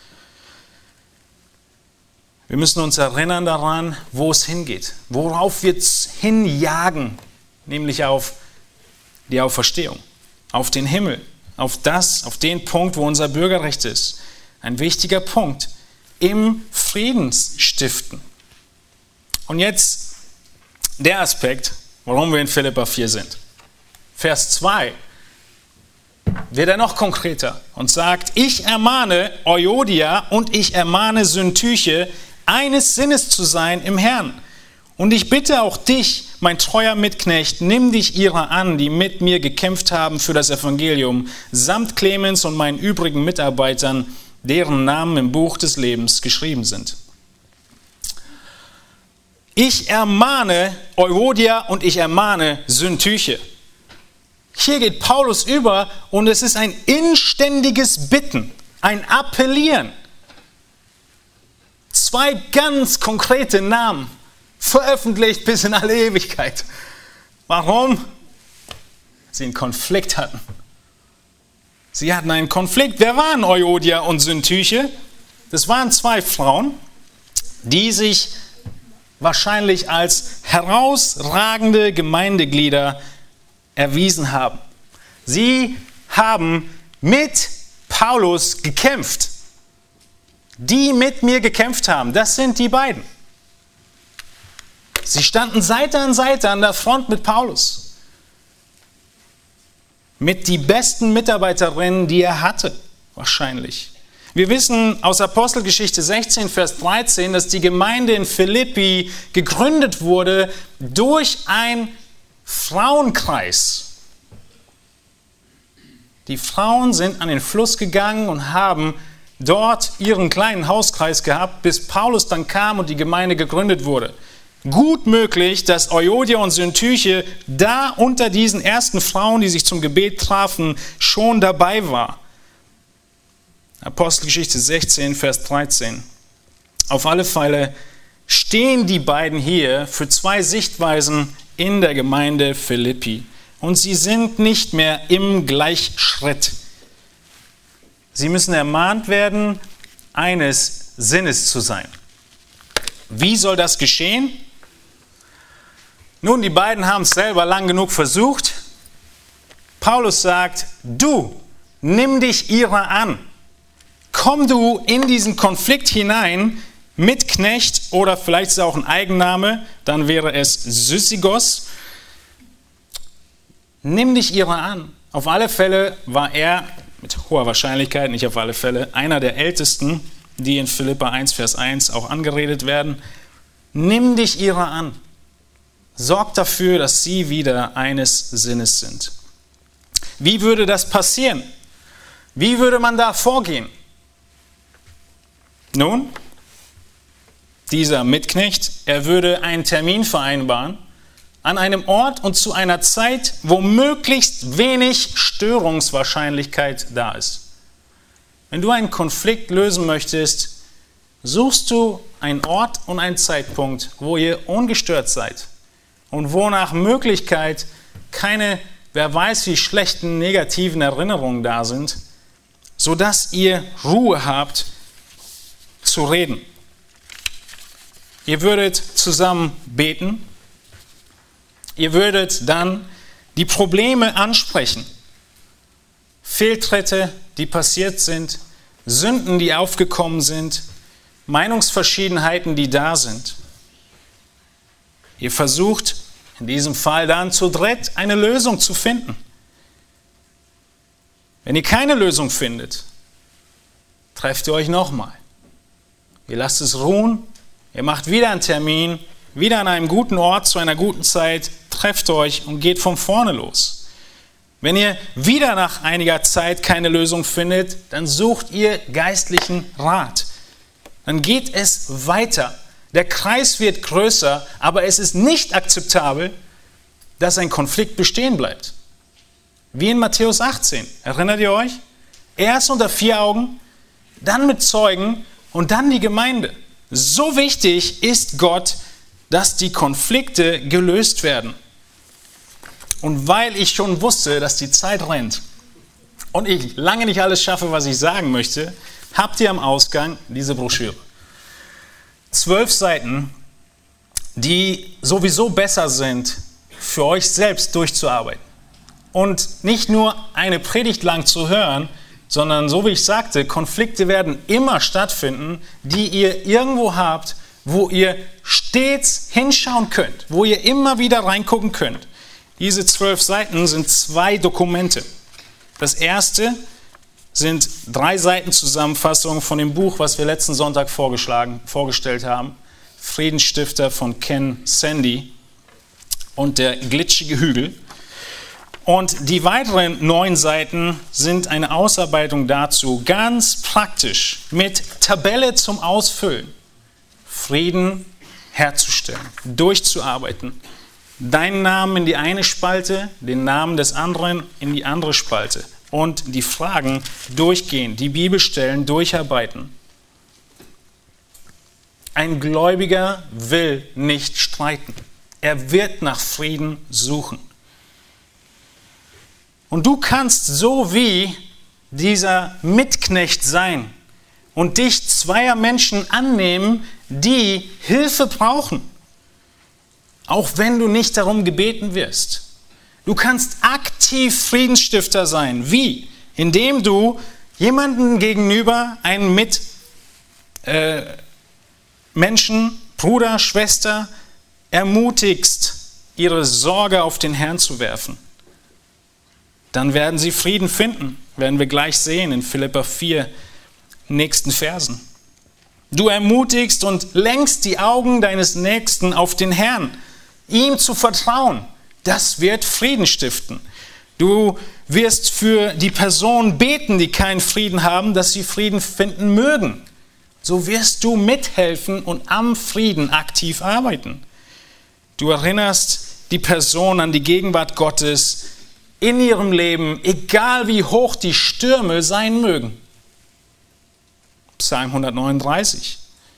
S1: Wir müssen uns erinnern daran, wo es hingeht, worauf wir es hinjagen, nämlich auf die Auferstehung, auf den Himmel, auf das, auf den Punkt, wo unser Bürgerrecht ist. Ein wichtiger Punkt im Friedensstiften. Und jetzt der Aspekt, warum wir in Philipper vier sind. Vers zwei wird er noch konkreter und sagt, ich ermahne Euodia und ich ermahne Syntyche, eines Sinnes zu sein im Herrn. Und ich bitte auch dich, mein treuer Mitknecht, nimm dich ihrer an, die mit mir gekämpft haben für das Evangelium, samt Clemens und meinen übrigen Mitarbeitern, deren Namen im Buch des Lebens geschrieben sind. Ich ermahne Euodia und ich ermahne Syntyche. Hier geht Paulus über und es ist ein inständiges Bitten, ein Appellieren. Zwei ganz konkrete Namen, veröffentlicht bis in alle Ewigkeit. Warum? Sie einen Konflikt hatten. Sie hatten einen Konflikt. Wer waren Euodia und Syntyche? Das waren zwei Frauen, die sich wahrscheinlich als herausragende Gemeindeglieder erwiesen haben. Sie haben mit Paulus gekämpft. Die mit mir gekämpft haben, das sind die beiden. Sie standen Seite an Seite an der Front mit Paulus. Mit die besten Mitarbeiterinnen, die er hatte, wahrscheinlich. Wir wissen aus Apostelgeschichte sechzehn, Vers dreizehn, dass die Gemeinde in Philippi gegründet wurde durch einen Frauenkreis. Die Frauen sind an den Fluss gegangen und haben dort ihren kleinen Hauskreis gehabt, bis Paulus dann kam und die Gemeinde gegründet wurde. Gut möglich, dass Euodia und Syntyche da unter diesen ersten Frauen, die sich zum Gebet trafen, schon dabei war. Apostelgeschichte sechzehn, Vers dreizehn. Auf alle Fälle stehen die beiden hier für zwei Sichtweisen in der Gemeinde Philippi. Und sie sind nicht mehr im Gleichschritt. Sie müssen ermahnt werden, eines Sinnes zu sein. Wie soll das geschehen? Nun, die beiden haben es selber lang genug versucht. Paulus sagt, du, nimm dich ihrer an. Komm du in diesen Konflikt hinein mit Knecht oder vielleicht ist es auch ein Eigenname, dann wäre es Sysigos. Nimm dich ihrer an. Auf alle Fälle war er mit hoher Wahrscheinlichkeit, nicht auf alle Fälle, einer der Ältesten, die in Philipper eins, Vers eins auch angeredet werden. Nimm dich ihrer an. Sorg dafür, dass sie wieder eines Sinnes sind. Wie würde das passieren? Wie würde man da vorgehen? Nun, dieser Mitknecht, er würde einen Termin vereinbaren, an einem Ort und zu einer Zeit, wo möglichst wenig Störungswahrscheinlichkeit da ist. Wenn du einen Konflikt lösen möchtest, suchst du einen Ort und einen Zeitpunkt, wo ihr ungestört seid und wo nach Möglichkeit keine wer weiß, wie schlechten negativen Erinnerungen da sind, sodass ihr Ruhe habt zu reden. Ihr würdet zusammen beten. Ihr würdet dann die Probleme ansprechen. Fehltritte, die passiert sind, Sünden, die aufgekommen sind, Meinungsverschiedenheiten, die da sind. Ihr versucht in diesem Fall dann zu dritt eine Lösung zu finden. Wenn ihr keine Lösung findet, trefft ihr euch nochmal. Ihr lasst es ruhen, ihr macht wieder einen Termin, wieder an einem guten Ort zu einer guten Zeit, trefft euch und geht von vorne los. Wenn ihr wieder nach einiger Zeit keine Lösung findet, dann sucht ihr geistlichen Rat. Dann geht es weiter. Der Kreis wird größer, aber es ist nicht akzeptabel, dass ein Konflikt bestehen bleibt. Wie in Matthäus achtzehn. Erinnert ihr euch? Erst unter vier Augen, dann mit Zeugen und dann die Gemeinde. So wichtig ist Gott, dass die Konflikte gelöst werden. Und weil ich schon wusste, dass die Zeit rennt und ich lange nicht alles schaffe, was ich sagen möchte, habt ihr am Ausgang diese Broschüre. Zwölf Seiten, die sowieso besser sind, für euch selbst durchzuarbeiten. Und nicht nur eine Predigt lang zu hören, sondern so wie ich sagte, Konflikte werden immer stattfinden, die ihr irgendwo habt, wo ihr stets hinschauen könnt, wo ihr immer wieder reingucken könnt. Diese zwölf Seiten sind zwei Dokumente. Das erste sind drei Seiten Zusammenfassung von dem Buch, was wir letzten Sonntag vorgeschlagen, vorgestellt haben. Friedensstifter von Ken Sande und der glitschige Hügel. Und die weiteren neun Seiten sind eine Ausarbeitung dazu, ganz praktisch, mit Tabelle zum Ausfüllen, Frieden herzustellen, durchzuarbeiten. Deinen Namen in die eine Spalte, den Namen des anderen in die andere Spalte. Und die Fragen durchgehen, die Bibelstellen durcharbeiten. Ein Gläubiger will nicht streiten. Er wird nach Frieden suchen. Und du kannst so wie dieser Mitknecht sein und dich zweier Menschen annehmen, die Hilfe brauchen. Auch wenn du nicht darum gebeten wirst. Du kannst aktiv Friedensstifter sein. Wie? Indem du jemanden gegenüber, einen Mitmenschen, äh, Bruder, Schwester, ermutigst, ihre Sorge auf den Herrn zu werfen. Dann werden sie Frieden finden, werden wir gleich sehen in Philipper vier, nächsten Versen. Du ermutigst und lenkst die Augen deines Nächsten auf den Herrn, ihm zu vertrauen. Das wird Frieden stiften. Du wirst für die Personen beten, die keinen Frieden haben, dass sie Frieden finden mögen. So wirst du mithelfen und am Frieden aktiv arbeiten. Du erinnerst die Person an die Gegenwart Gottes in ihrem Leben, egal wie hoch die Stürme sein mögen. Psalm hundertneununddreißig.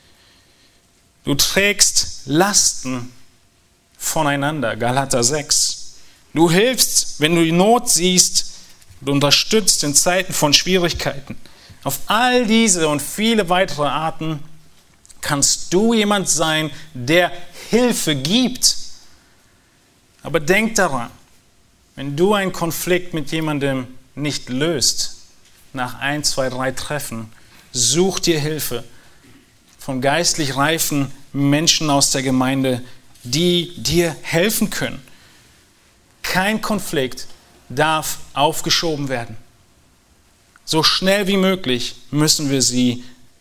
S1: Du trägst Lasten voneinander, Galater sechs. Du hilfst, wenn du die Not siehst, und unterstützt in Zeiten von Schwierigkeiten. Auf all diese und viele weitere Arten kannst du jemand sein, der Hilfe gibt. Aber denk daran, wenn du einen Konflikt mit jemandem nicht löst, nach ein, zwei, drei Treffen, such dir Hilfe von geistlich reifen Menschen aus der Gemeinde, die dir helfen können. Kein Konflikt darf aufgeschoben werden. So schnell wie möglich müssen wir sie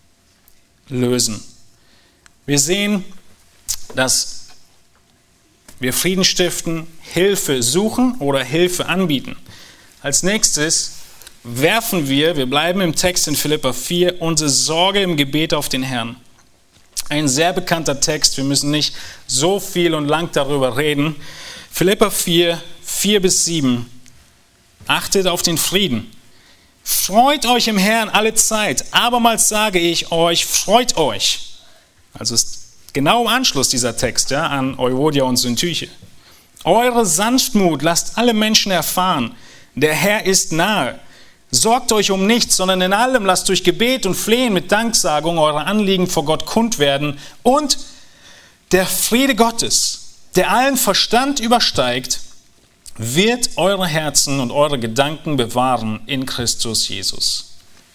S1: lösen. Wir sehen, dass wir Frieden stiften, Hilfe suchen oder Hilfe anbieten. Als nächstes werfen wir, wir bleiben im Text in Philipper vier, unsere Sorge im Gebet auf den Herrn. Ein sehr bekannter Text, wir müssen nicht so viel und lang darüber reden. Philipper vier, vier bis sieben. Achtet auf den Frieden. Freut euch im Herrn alle Zeit. Abermals sage ich euch, freut euch. Also ist genau im Anschluss dieser Text, ja, an Euodia und Syntyche. Eure Sanftmut lasst alle Menschen erfahren. Der Herr ist nahe. Sorgt euch um nichts, sondern in allem lasst durch Gebet und Flehen mit Danksagung eure Anliegen vor Gott kund werden. Und der Friede Gottes, der allen Verstand übersteigt, wird eure Herzen und eure Gedanken bewahren in Christus Jesus.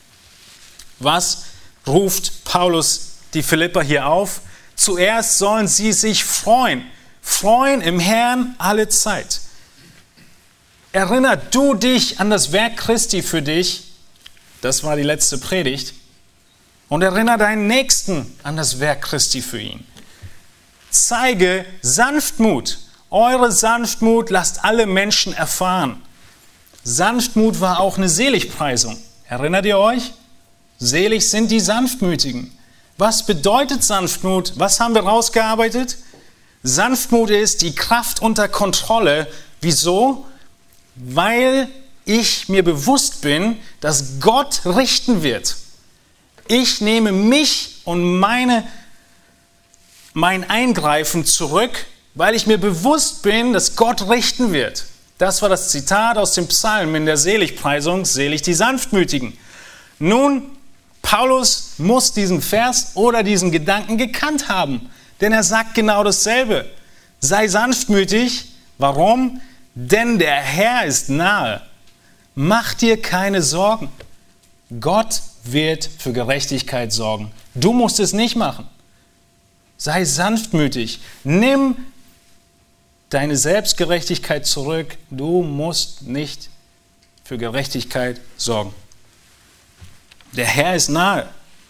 S1: Was ruft Paulus die Philipper hier auf? Zuerst sollen sie sich freuen. Freuen im Herrn alle Zeit. Erinnerst du dich an das Werk Christi für dich? Das war die letzte Predigt. Und erinnere deinen Nächsten an das Werk Christi für ihn. Zeige Sanftmut. Eure Sanftmut lasst alle Menschen erfahren. Sanftmut war auch eine Seligpreisung. Erinnert ihr euch? Selig sind die Sanftmütigen. Was bedeutet Sanftmut? Was haben wir rausgearbeitet? Sanftmut ist die Kraft unter Kontrolle. Wieso? Weil ich mir bewusst bin, dass Gott richten wird. Ich nehme mich und meine, mein Eingreifen zurück, weil ich mir bewusst bin, dass Gott richten wird. Das war das Zitat aus dem Psalm in der Seligpreisung, selig die Sanftmütigen. Nun, Paulus muss diesen Vers oder diesen Gedanken gekannt haben, denn er sagt genau dasselbe. Sei sanftmütig. Warum? Denn der Herr ist nahe. Mach dir keine Sorgen. Gott wird für Gerechtigkeit sorgen. Du musst es nicht machen. Sei sanftmütig. Nimm deine Selbstgerechtigkeit zurück. Du musst nicht für Gerechtigkeit sorgen. Der Herr ist nahe.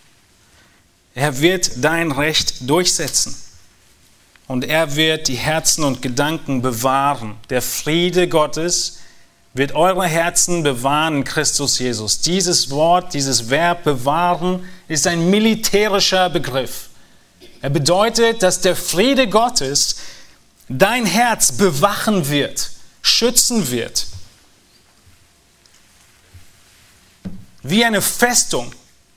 S1: Er wird dein Recht durchsetzen. Und er wird die Herzen und Gedanken bewahren. Der Friede Gottes wird eure Herzen bewahren in Christus Jesus. Dieses Wort, dieses Verb bewahren, ist ein militärischer Begriff. Er bedeutet, dass der Friede Gottes dein Herz bewachen wird, schützen wird. Wie eine Festung.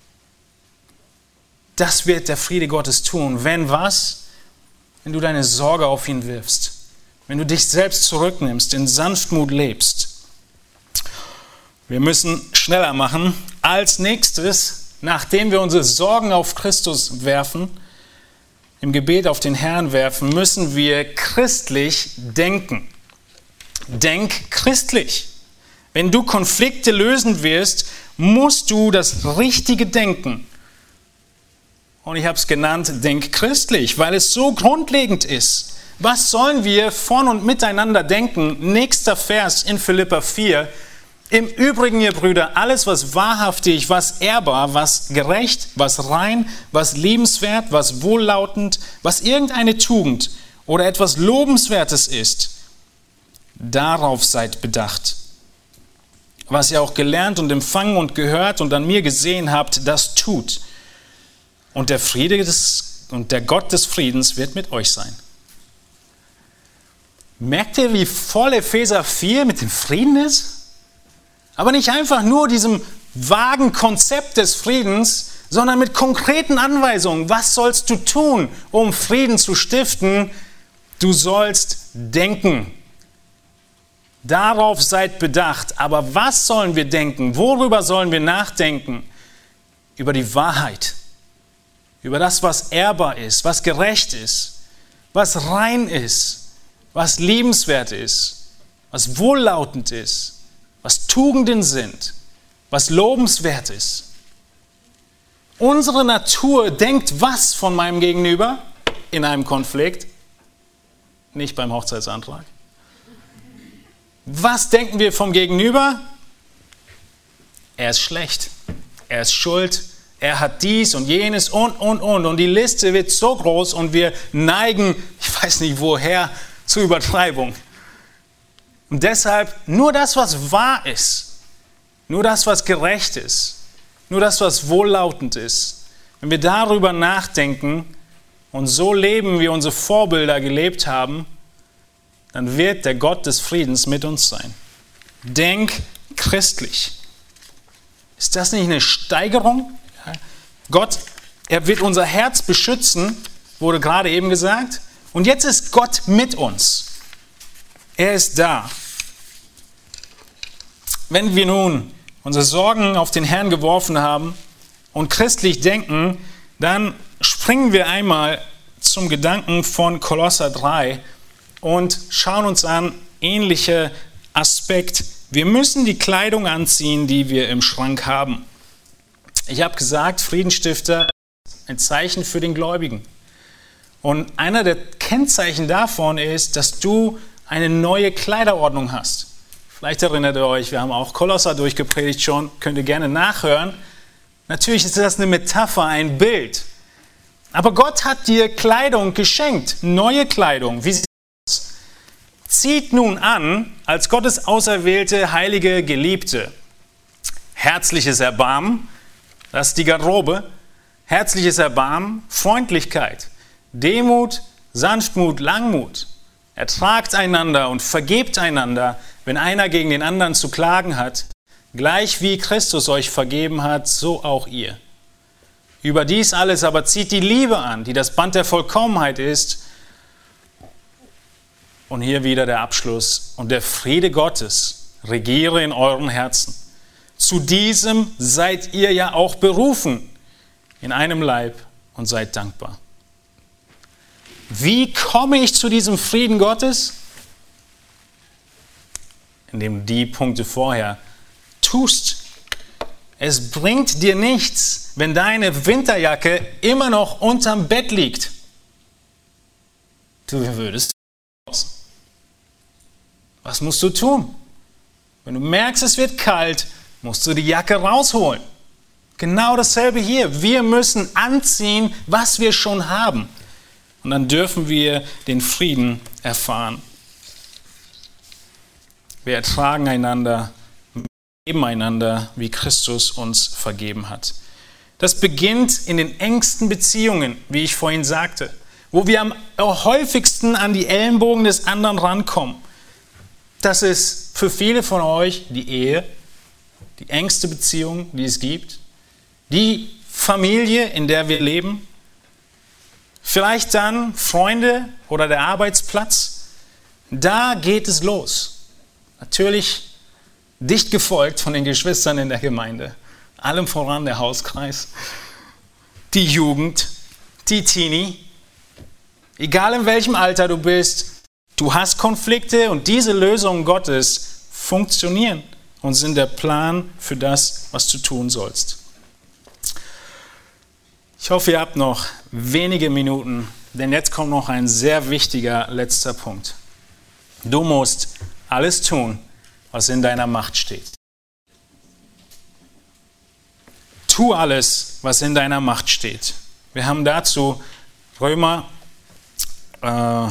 S1: Das wird der Friede Gottes tun. Wenn was? Wenn du deine Sorge auf ihn wirfst. Wenn du dich selbst zurücknimmst, in Sanftmut lebst. Wir müssen schneller machen. Als nächstes, nachdem wir unsere Sorgen auf Christus werfen, im Gebet auf den Herrn werfen, müssen wir christlich denken. Denk christlich. Wenn du Konflikte lösen wirst, musst du das Richtige denken. Und ich habe es genannt, denk christlich, weil es so grundlegend ist. Was sollen wir von und miteinander denken? Nächster Vers in Philipper vier. Im Übrigen, ihr Brüder, alles, was wahrhaftig, was ehrbar, was gerecht, was rein, was liebenswert, was wohllautend, was irgendeine Tugend oder etwas Lobenswertes ist, darauf seid bedacht. Was ihr auch gelernt und empfangen und gehört und an mir gesehen habt, das tut. Und der Friede des, und der Gott des Friedens wird mit euch sein. Merkt ihr, wie voll Epheser vier mit dem Frieden ist? Aber nicht einfach nur diesem vagen Konzept des Friedens, sondern mit konkreten Anweisungen. Was sollst du tun, um Frieden zu stiften? Du sollst denken. Darauf seid bedacht. Aber was sollen wir denken? Worüber sollen wir nachdenken? Über die Wahrheit. Über das, was ehrbar ist, was gerecht ist, was rein ist, was liebenswert ist, was wohllautend ist, was Tugenden sind, was lobenswert ist. Unsere Natur denkt was von meinem Gegenüber in einem Konflikt? Nicht beim Hochzeitsantrag. Was denken wir vom Gegenüber? Er ist schlecht, er ist schuld, er hat dies und jenes und, und, und. Und die Liste wird so groß und wir neigen, ich weiß nicht woher, zur Übertreibung. Und deshalb nur das, was wahr ist, nur das, was gerecht ist, nur das, was wohllautend ist. Wenn wir darüber nachdenken und so leben, wie unsere Vorbilder gelebt haben, dann wird der Gott des Friedens mit uns sein. Denk christlich. Ist das nicht eine Steigerung? Gott, er wird unser Herz beschützen, wurde gerade eben gesagt. Und jetzt ist Gott mit uns. Er ist da. Wenn wir nun unsere Sorgen auf den Herrn geworfen haben und christlich denken, dann springen wir einmal zum Gedanken von Kolosser drei und schauen uns an, ähnlicher Aspekt. Wir müssen die Kleidung anziehen, die wir im Schrank haben. Ich habe gesagt, Friedensstifter ist ein Zeichen für den Gläubigen. Und einer der Kennzeichen davon ist, dass du eine neue Kleiderordnung hast. Vielleicht erinnert ihr euch, wir haben auch Kolosser durchgepredigt schon, könnt ihr gerne nachhören. Natürlich ist das eine Metapher, ein Bild. Aber Gott hat dir Kleidung geschenkt, neue Kleidung. Wie sieht das aus? Zieht nun an, als Gottes auserwählte, heilige, Geliebte, herzliches Erbarmen, das ist die Garderobe, herzliches Erbarmen, Freundlichkeit, Demut, Sanftmut, Langmut. Ertragt einander und vergebt einander, wenn einer gegen den anderen zu klagen hat, gleich wie Christus euch vergeben hat, so auch ihr. Über dies alles aber zieht die Liebe an, die das Band der Vollkommenheit ist. Und hier wieder der Abschluss. Und der Friede Gottes regiere in euren Herzen. Zu diesem seid ihr ja auch berufen, in einem Leib, und seid dankbar. Wie komme ich zu diesem Frieden Gottes? Indem du die Punkte vorher tust. Es bringt dir nichts, wenn deine Winterjacke immer noch unterm Bett liegt. Du würdest aus. Was musst du tun? Wenn du merkst, es wird kalt, musst du die Jacke rausholen. Genau dasselbe hier. Wir müssen anziehen, was wir schon haben. Und dann dürfen wir den Frieden erfahren. Wir ertragen einander, wir vergeben einander, wie Christus uns vergeben hat. Das beginnt in den engsten Beziehungen, wie ich vorhin sagte, wo wir am häufigsten an die Ellenbogen des anderen rankommen. Das ist für viele von euch die Ehe, die engste Beziehung, die es gibt, die Familie, in der wir leben. Vielleicht dann Freunde oder der Arbeitsplatz. Da geht es los. Natürlich dicht gefolgt von den Geschwistern in der Gemeinde. Allem voran der Hauskreis, die Jugend, die Teenie. Egal in welchem Alter du bist, du hast Konflikte und diese Lösungen Gottes funktionieren und sind der Plan für das, was du tun sollst. Ich hoffe, ihr habt noch wenige Minuten, denn jetzt kommt noch ein sehr wichtiger letzter Punkt. Du musst alles tun, was in deiner Macht steht. Tu alles, was in deiner Macht steht. Wir haben dazu Römer, äh, äh,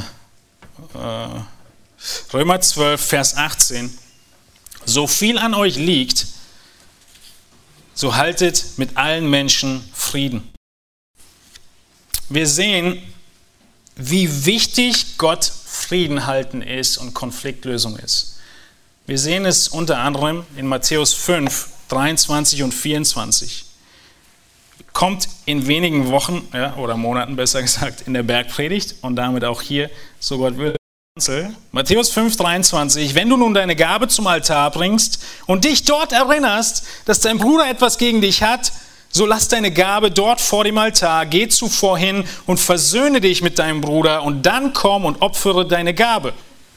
S1: Römer zwölf, Vers achtzehn. So viel an euch liegt, so haltet mit allen Menschen Frieden. Wir sehen, wie wichtig Gott Frieden halten ist und Konfliktlösung ist. Wir sehen es unter anderem in Matthäus fünf, dreiundzwanzig und vierundzwanzig. Kommt in wenigen Wochen, ja, oder Monaten besser gesagt, in der Bergpredigt und damit auch hier, so Gott will. Matthäus fünf, dreiundzwanzig. Wenn du nun deine Gabe zum Altar bringst und dich dort erinnerst, dass dein Bruder etwas gegen dich hat, so lass deine Gabe dort vor dem Altar, geh zuvor hin und versöhne dich mit deinem Bruder und dann komm und opfere deine Gabe.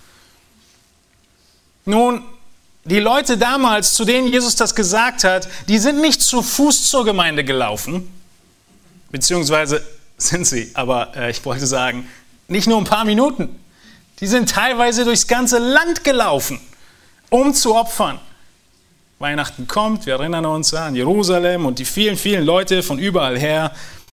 S1: Nun, die Leute damals, zu denen Jesus das gesagt hat, die sind nicht zu Fuß zur Gemeinde gelaufen, beziehungsweise sind sie, aber äh, ich wollte sagen, nicht nur ein paar Minuten. Die sind teilweise durchs ganze Land gelaufen, um zu opfern. Weihnachten kommt, wir erinnern uns an Jerusalem und die vielen, vielen Leute von überall her.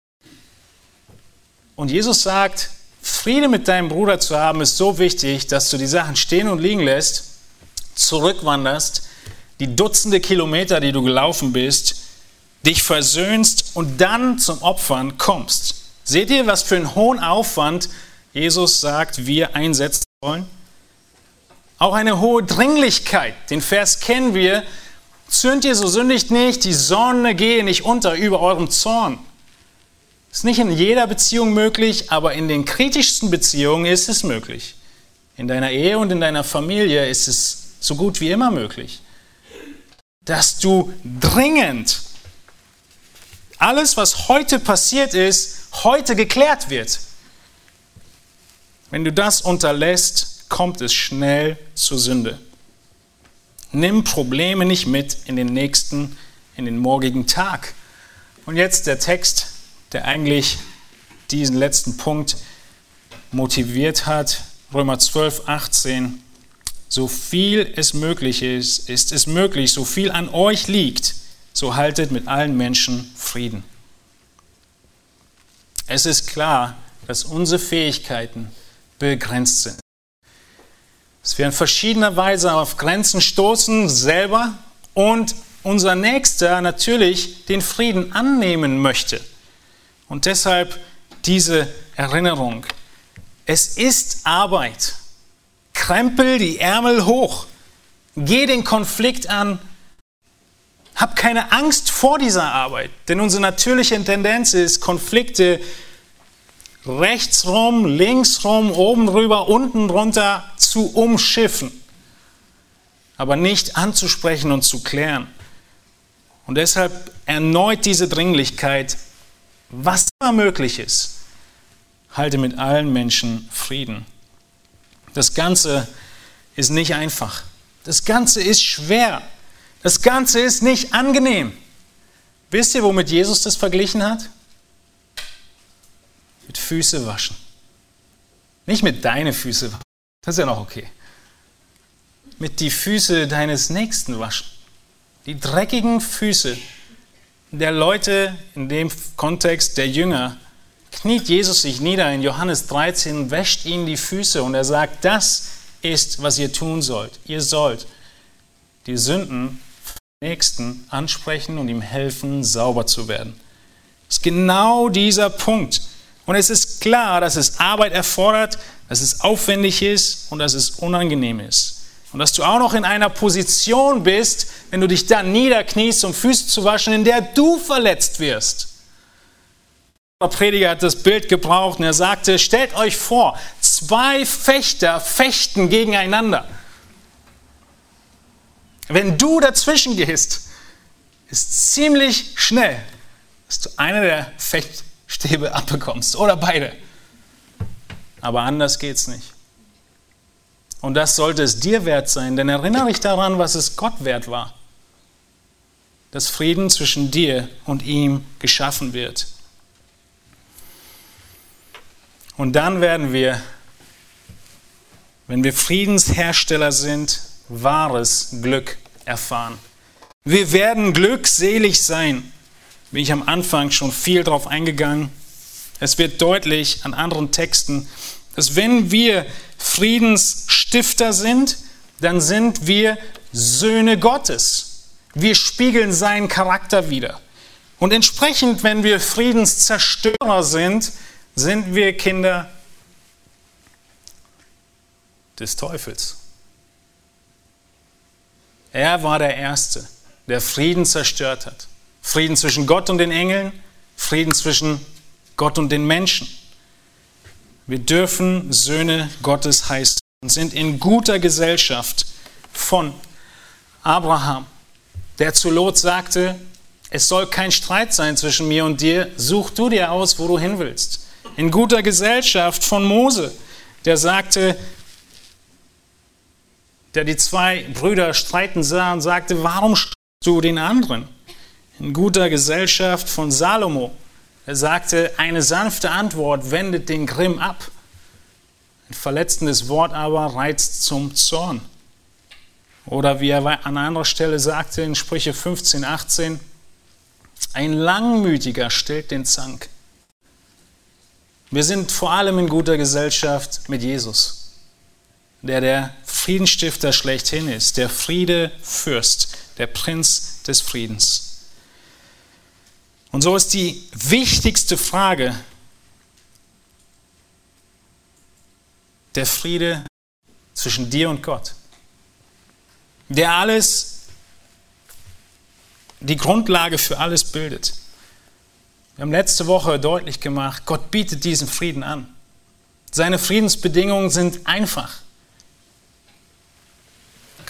S1: Und Jesus sagt, Friede mit deinem Bruder zu haben, ist so wichtig, dass du die Sachen stehen und liegen lässt, zurückwanderst, die Dutzende Kilometer, die du gelaufen bist, dich versöhnst und dann zum Opfern kommst. Seht ihr, was für einen hohen Aufwand Jesus sagt, wir einsetzen wollen? Auch eine hohe Dringlichkeit. Den Vers kennen wir. Zürnt ihr, so sündigt nicht, die Sonne gehe nicht unter über eurem Zorn. Ist nicht in jeder Beziehung möglich, aber in den kritischsten Beziehungen ist es möglich. In deiner Ehe und in deiner Familie ist es so gut wie immer möglich, dass du dringend alles, was heute passiert ist, heute geklärt wird. Wenn du das unterlässt, kommt es schnell zur Sünde. Nimm Probleme nicht mit in den nächsten, in den morgigen Tag. Und jetzt der Text, der eigentlich diesen letzten Punkt motiviert hat. Römer zwölf, achtzehn. So viel es möglich ist, ist es möglich, so viel an euch liegt, so haltet mit allen Menschen Frieden. Es ist klar, dass unsere Fähigkeiten begrenzt sind. Dass wir in verschiedener Weise auf Grenzen stoßen, selber, und unser Nächster natürlich den Frieden annehmen möchte. Und deshalb diese Erinnerung. Es ist Arbeit. Krempel die Ärmel hoch. Geh den Konflikt an. Hab keine Angst vor dieser Arbeit, denn unsere natürliche Tendenz ist, Konflikte rechts rum, links rum, oben rüber, unten drunter zu umschiffen, aber nicht anzusprechen und zu klären. Und deshalb erneut diese Dringlichkeit, was immer möglich ist, halte mit allen Menschen Frieden. Das Ganze ist nicht einfach. Das Ganze ist schwer. Das Ganze ist nicht angenehm. Wisst ihr, womit Jesus das verglichen hat? Mit Füße waschen. Nicht mit deine Füße waschen. Das ist ja noch okay. Mit die Füße deines Nächsten waschen. Die dreckigen Füße der Leute, in dem Kontext der Jünger, kniet Jesus sich nieder in Johannes dreizehn und wäscht ihnen die Füße. Und er sagt, das ist, was ihr tun sollt. Ihr sollt die Sünden vom Nächsten ansprechen und ihm helfen, sauber zu werden. Das ist genau dieser Punkt. Und es ist klar, dass es Arbeit erfordert, dass es aufwendig ist und dass es unangenehm ist. Und dass du auch noch in einer Position bist, wenn du dich dann niederkniest, um Füße zu waschen, in der du verletzt wirst. Der Prediger hat das Bild gebraucht und er sagte, stellt euch vor, zwei Fechter fechten gegeneinander. Wenn du dazwischen gehst, ist ziemlich schnell, dass du eine der Fechtstäbe abbekommst oder beide. Aber anders geht's nicht. Und das sollte es dir wert sein, denn erinnere dich daran, was es Gott wert war. Dass Frieden zwischen dir und ihm geschaffen wird. Und dann werden wir, wenn wir Friedenshersteller sind, wahres Glück erfahren. Wir werden glückselig sein. Bin ich am Anfang schon viel drauf eingegangen. Es wird deutlich an anderen Texten, dass wenn wir Friedensstifter sind, dann sind wir Söhne Gottes. Wir spiegeln seinen Charakter wider. Und entsprechend, wenn wir Friedenszerstörer sind, sind wir Kinder des Teufels. Er war der Erste, der Frieden zerstört hat. Frieden zwischen Gott und den Engeln, Frieden zwischen Gott und den Menschen. Wir dürfen Söhne Gottes heißen und sind in guter Gesellschaft von Abraham, der zu Lot sagte, es soll kein Streit sein zwischen mir und dir, such du dir aus, wo du hin willst. In guter Gesellschaft von Mose, der sagte, der die zwei Brüder streiten sah und sagte, warum störst du den anderen? In guter Gesellschaft von Salomo, der sagte, eine sanfte Antwort wendet den Grimm ab. Ein verletzendes Wort aber reizt zum Zorn. Oder wie er an anderer Stelle sagte in Sprüche fünfzehn, achtzehn, ein Langmütiger stillt den Zank. Wir sind vor allem in guter Gesellschaft mit Jesus, der der Friedensstifter schlechthin ist, der Friedefürst, der Prinz des Friedens. Und so ist die wichtigste Frage der Friede zwischen dir und Gott, der alles, die Grundlage für alles bildet. Wir haben letzte Woche deutlich gemacht, Gott bietet diesen Frieden an. Seine Friedensbedingungen sind einfach.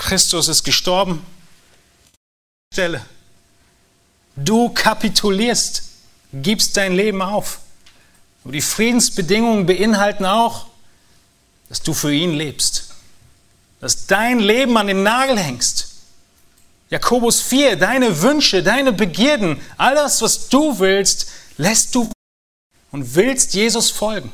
S1: Christus ist gestorben. Stelle. Du kapitulierst, gibst dein Leben auf. Aber die Friedensbedingungen beinhalten auch, dass du für ihn lebst. Dass dein Leben an den Nagel hängst. Jakobus vier, deine Wünsche, deine Begierden, all das, was du willst, lässt du und willst Jesus folgen.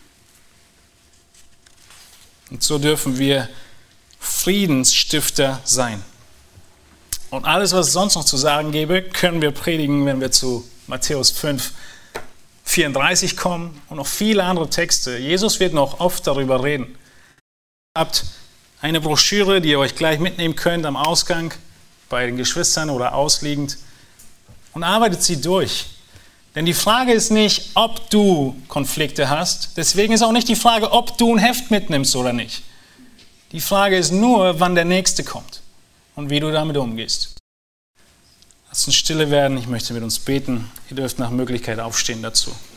S1: Und so dürfen wir Friedensstifter sein. Und alles, was es sonst noch zu sagen gäbe, können wir predigen, wenn wir zu Matthäus fünf, vierunddreißig kommen und noch viele andere Texte. Jesus wird noch oft darüber reden. Ihr habt eine Broschüre, die ihr euch gleich mitnehmen könnt am Ausgang bei den Geschwistern oder ausliegend und arbeitet sie durch. Denn die Frage ist nicht, ob du Konflikte hast. Deswegen ist auch nicht die Frage, ob du ein Heft mitnimmst oder nicht. Die Frage ist nur, wann der Nächste kommt und wie du damit umgehst. Lass uns stille werden. Ich möchte mit uns beten. Ihr dürft nach Möglichkeit aufstehen dazu.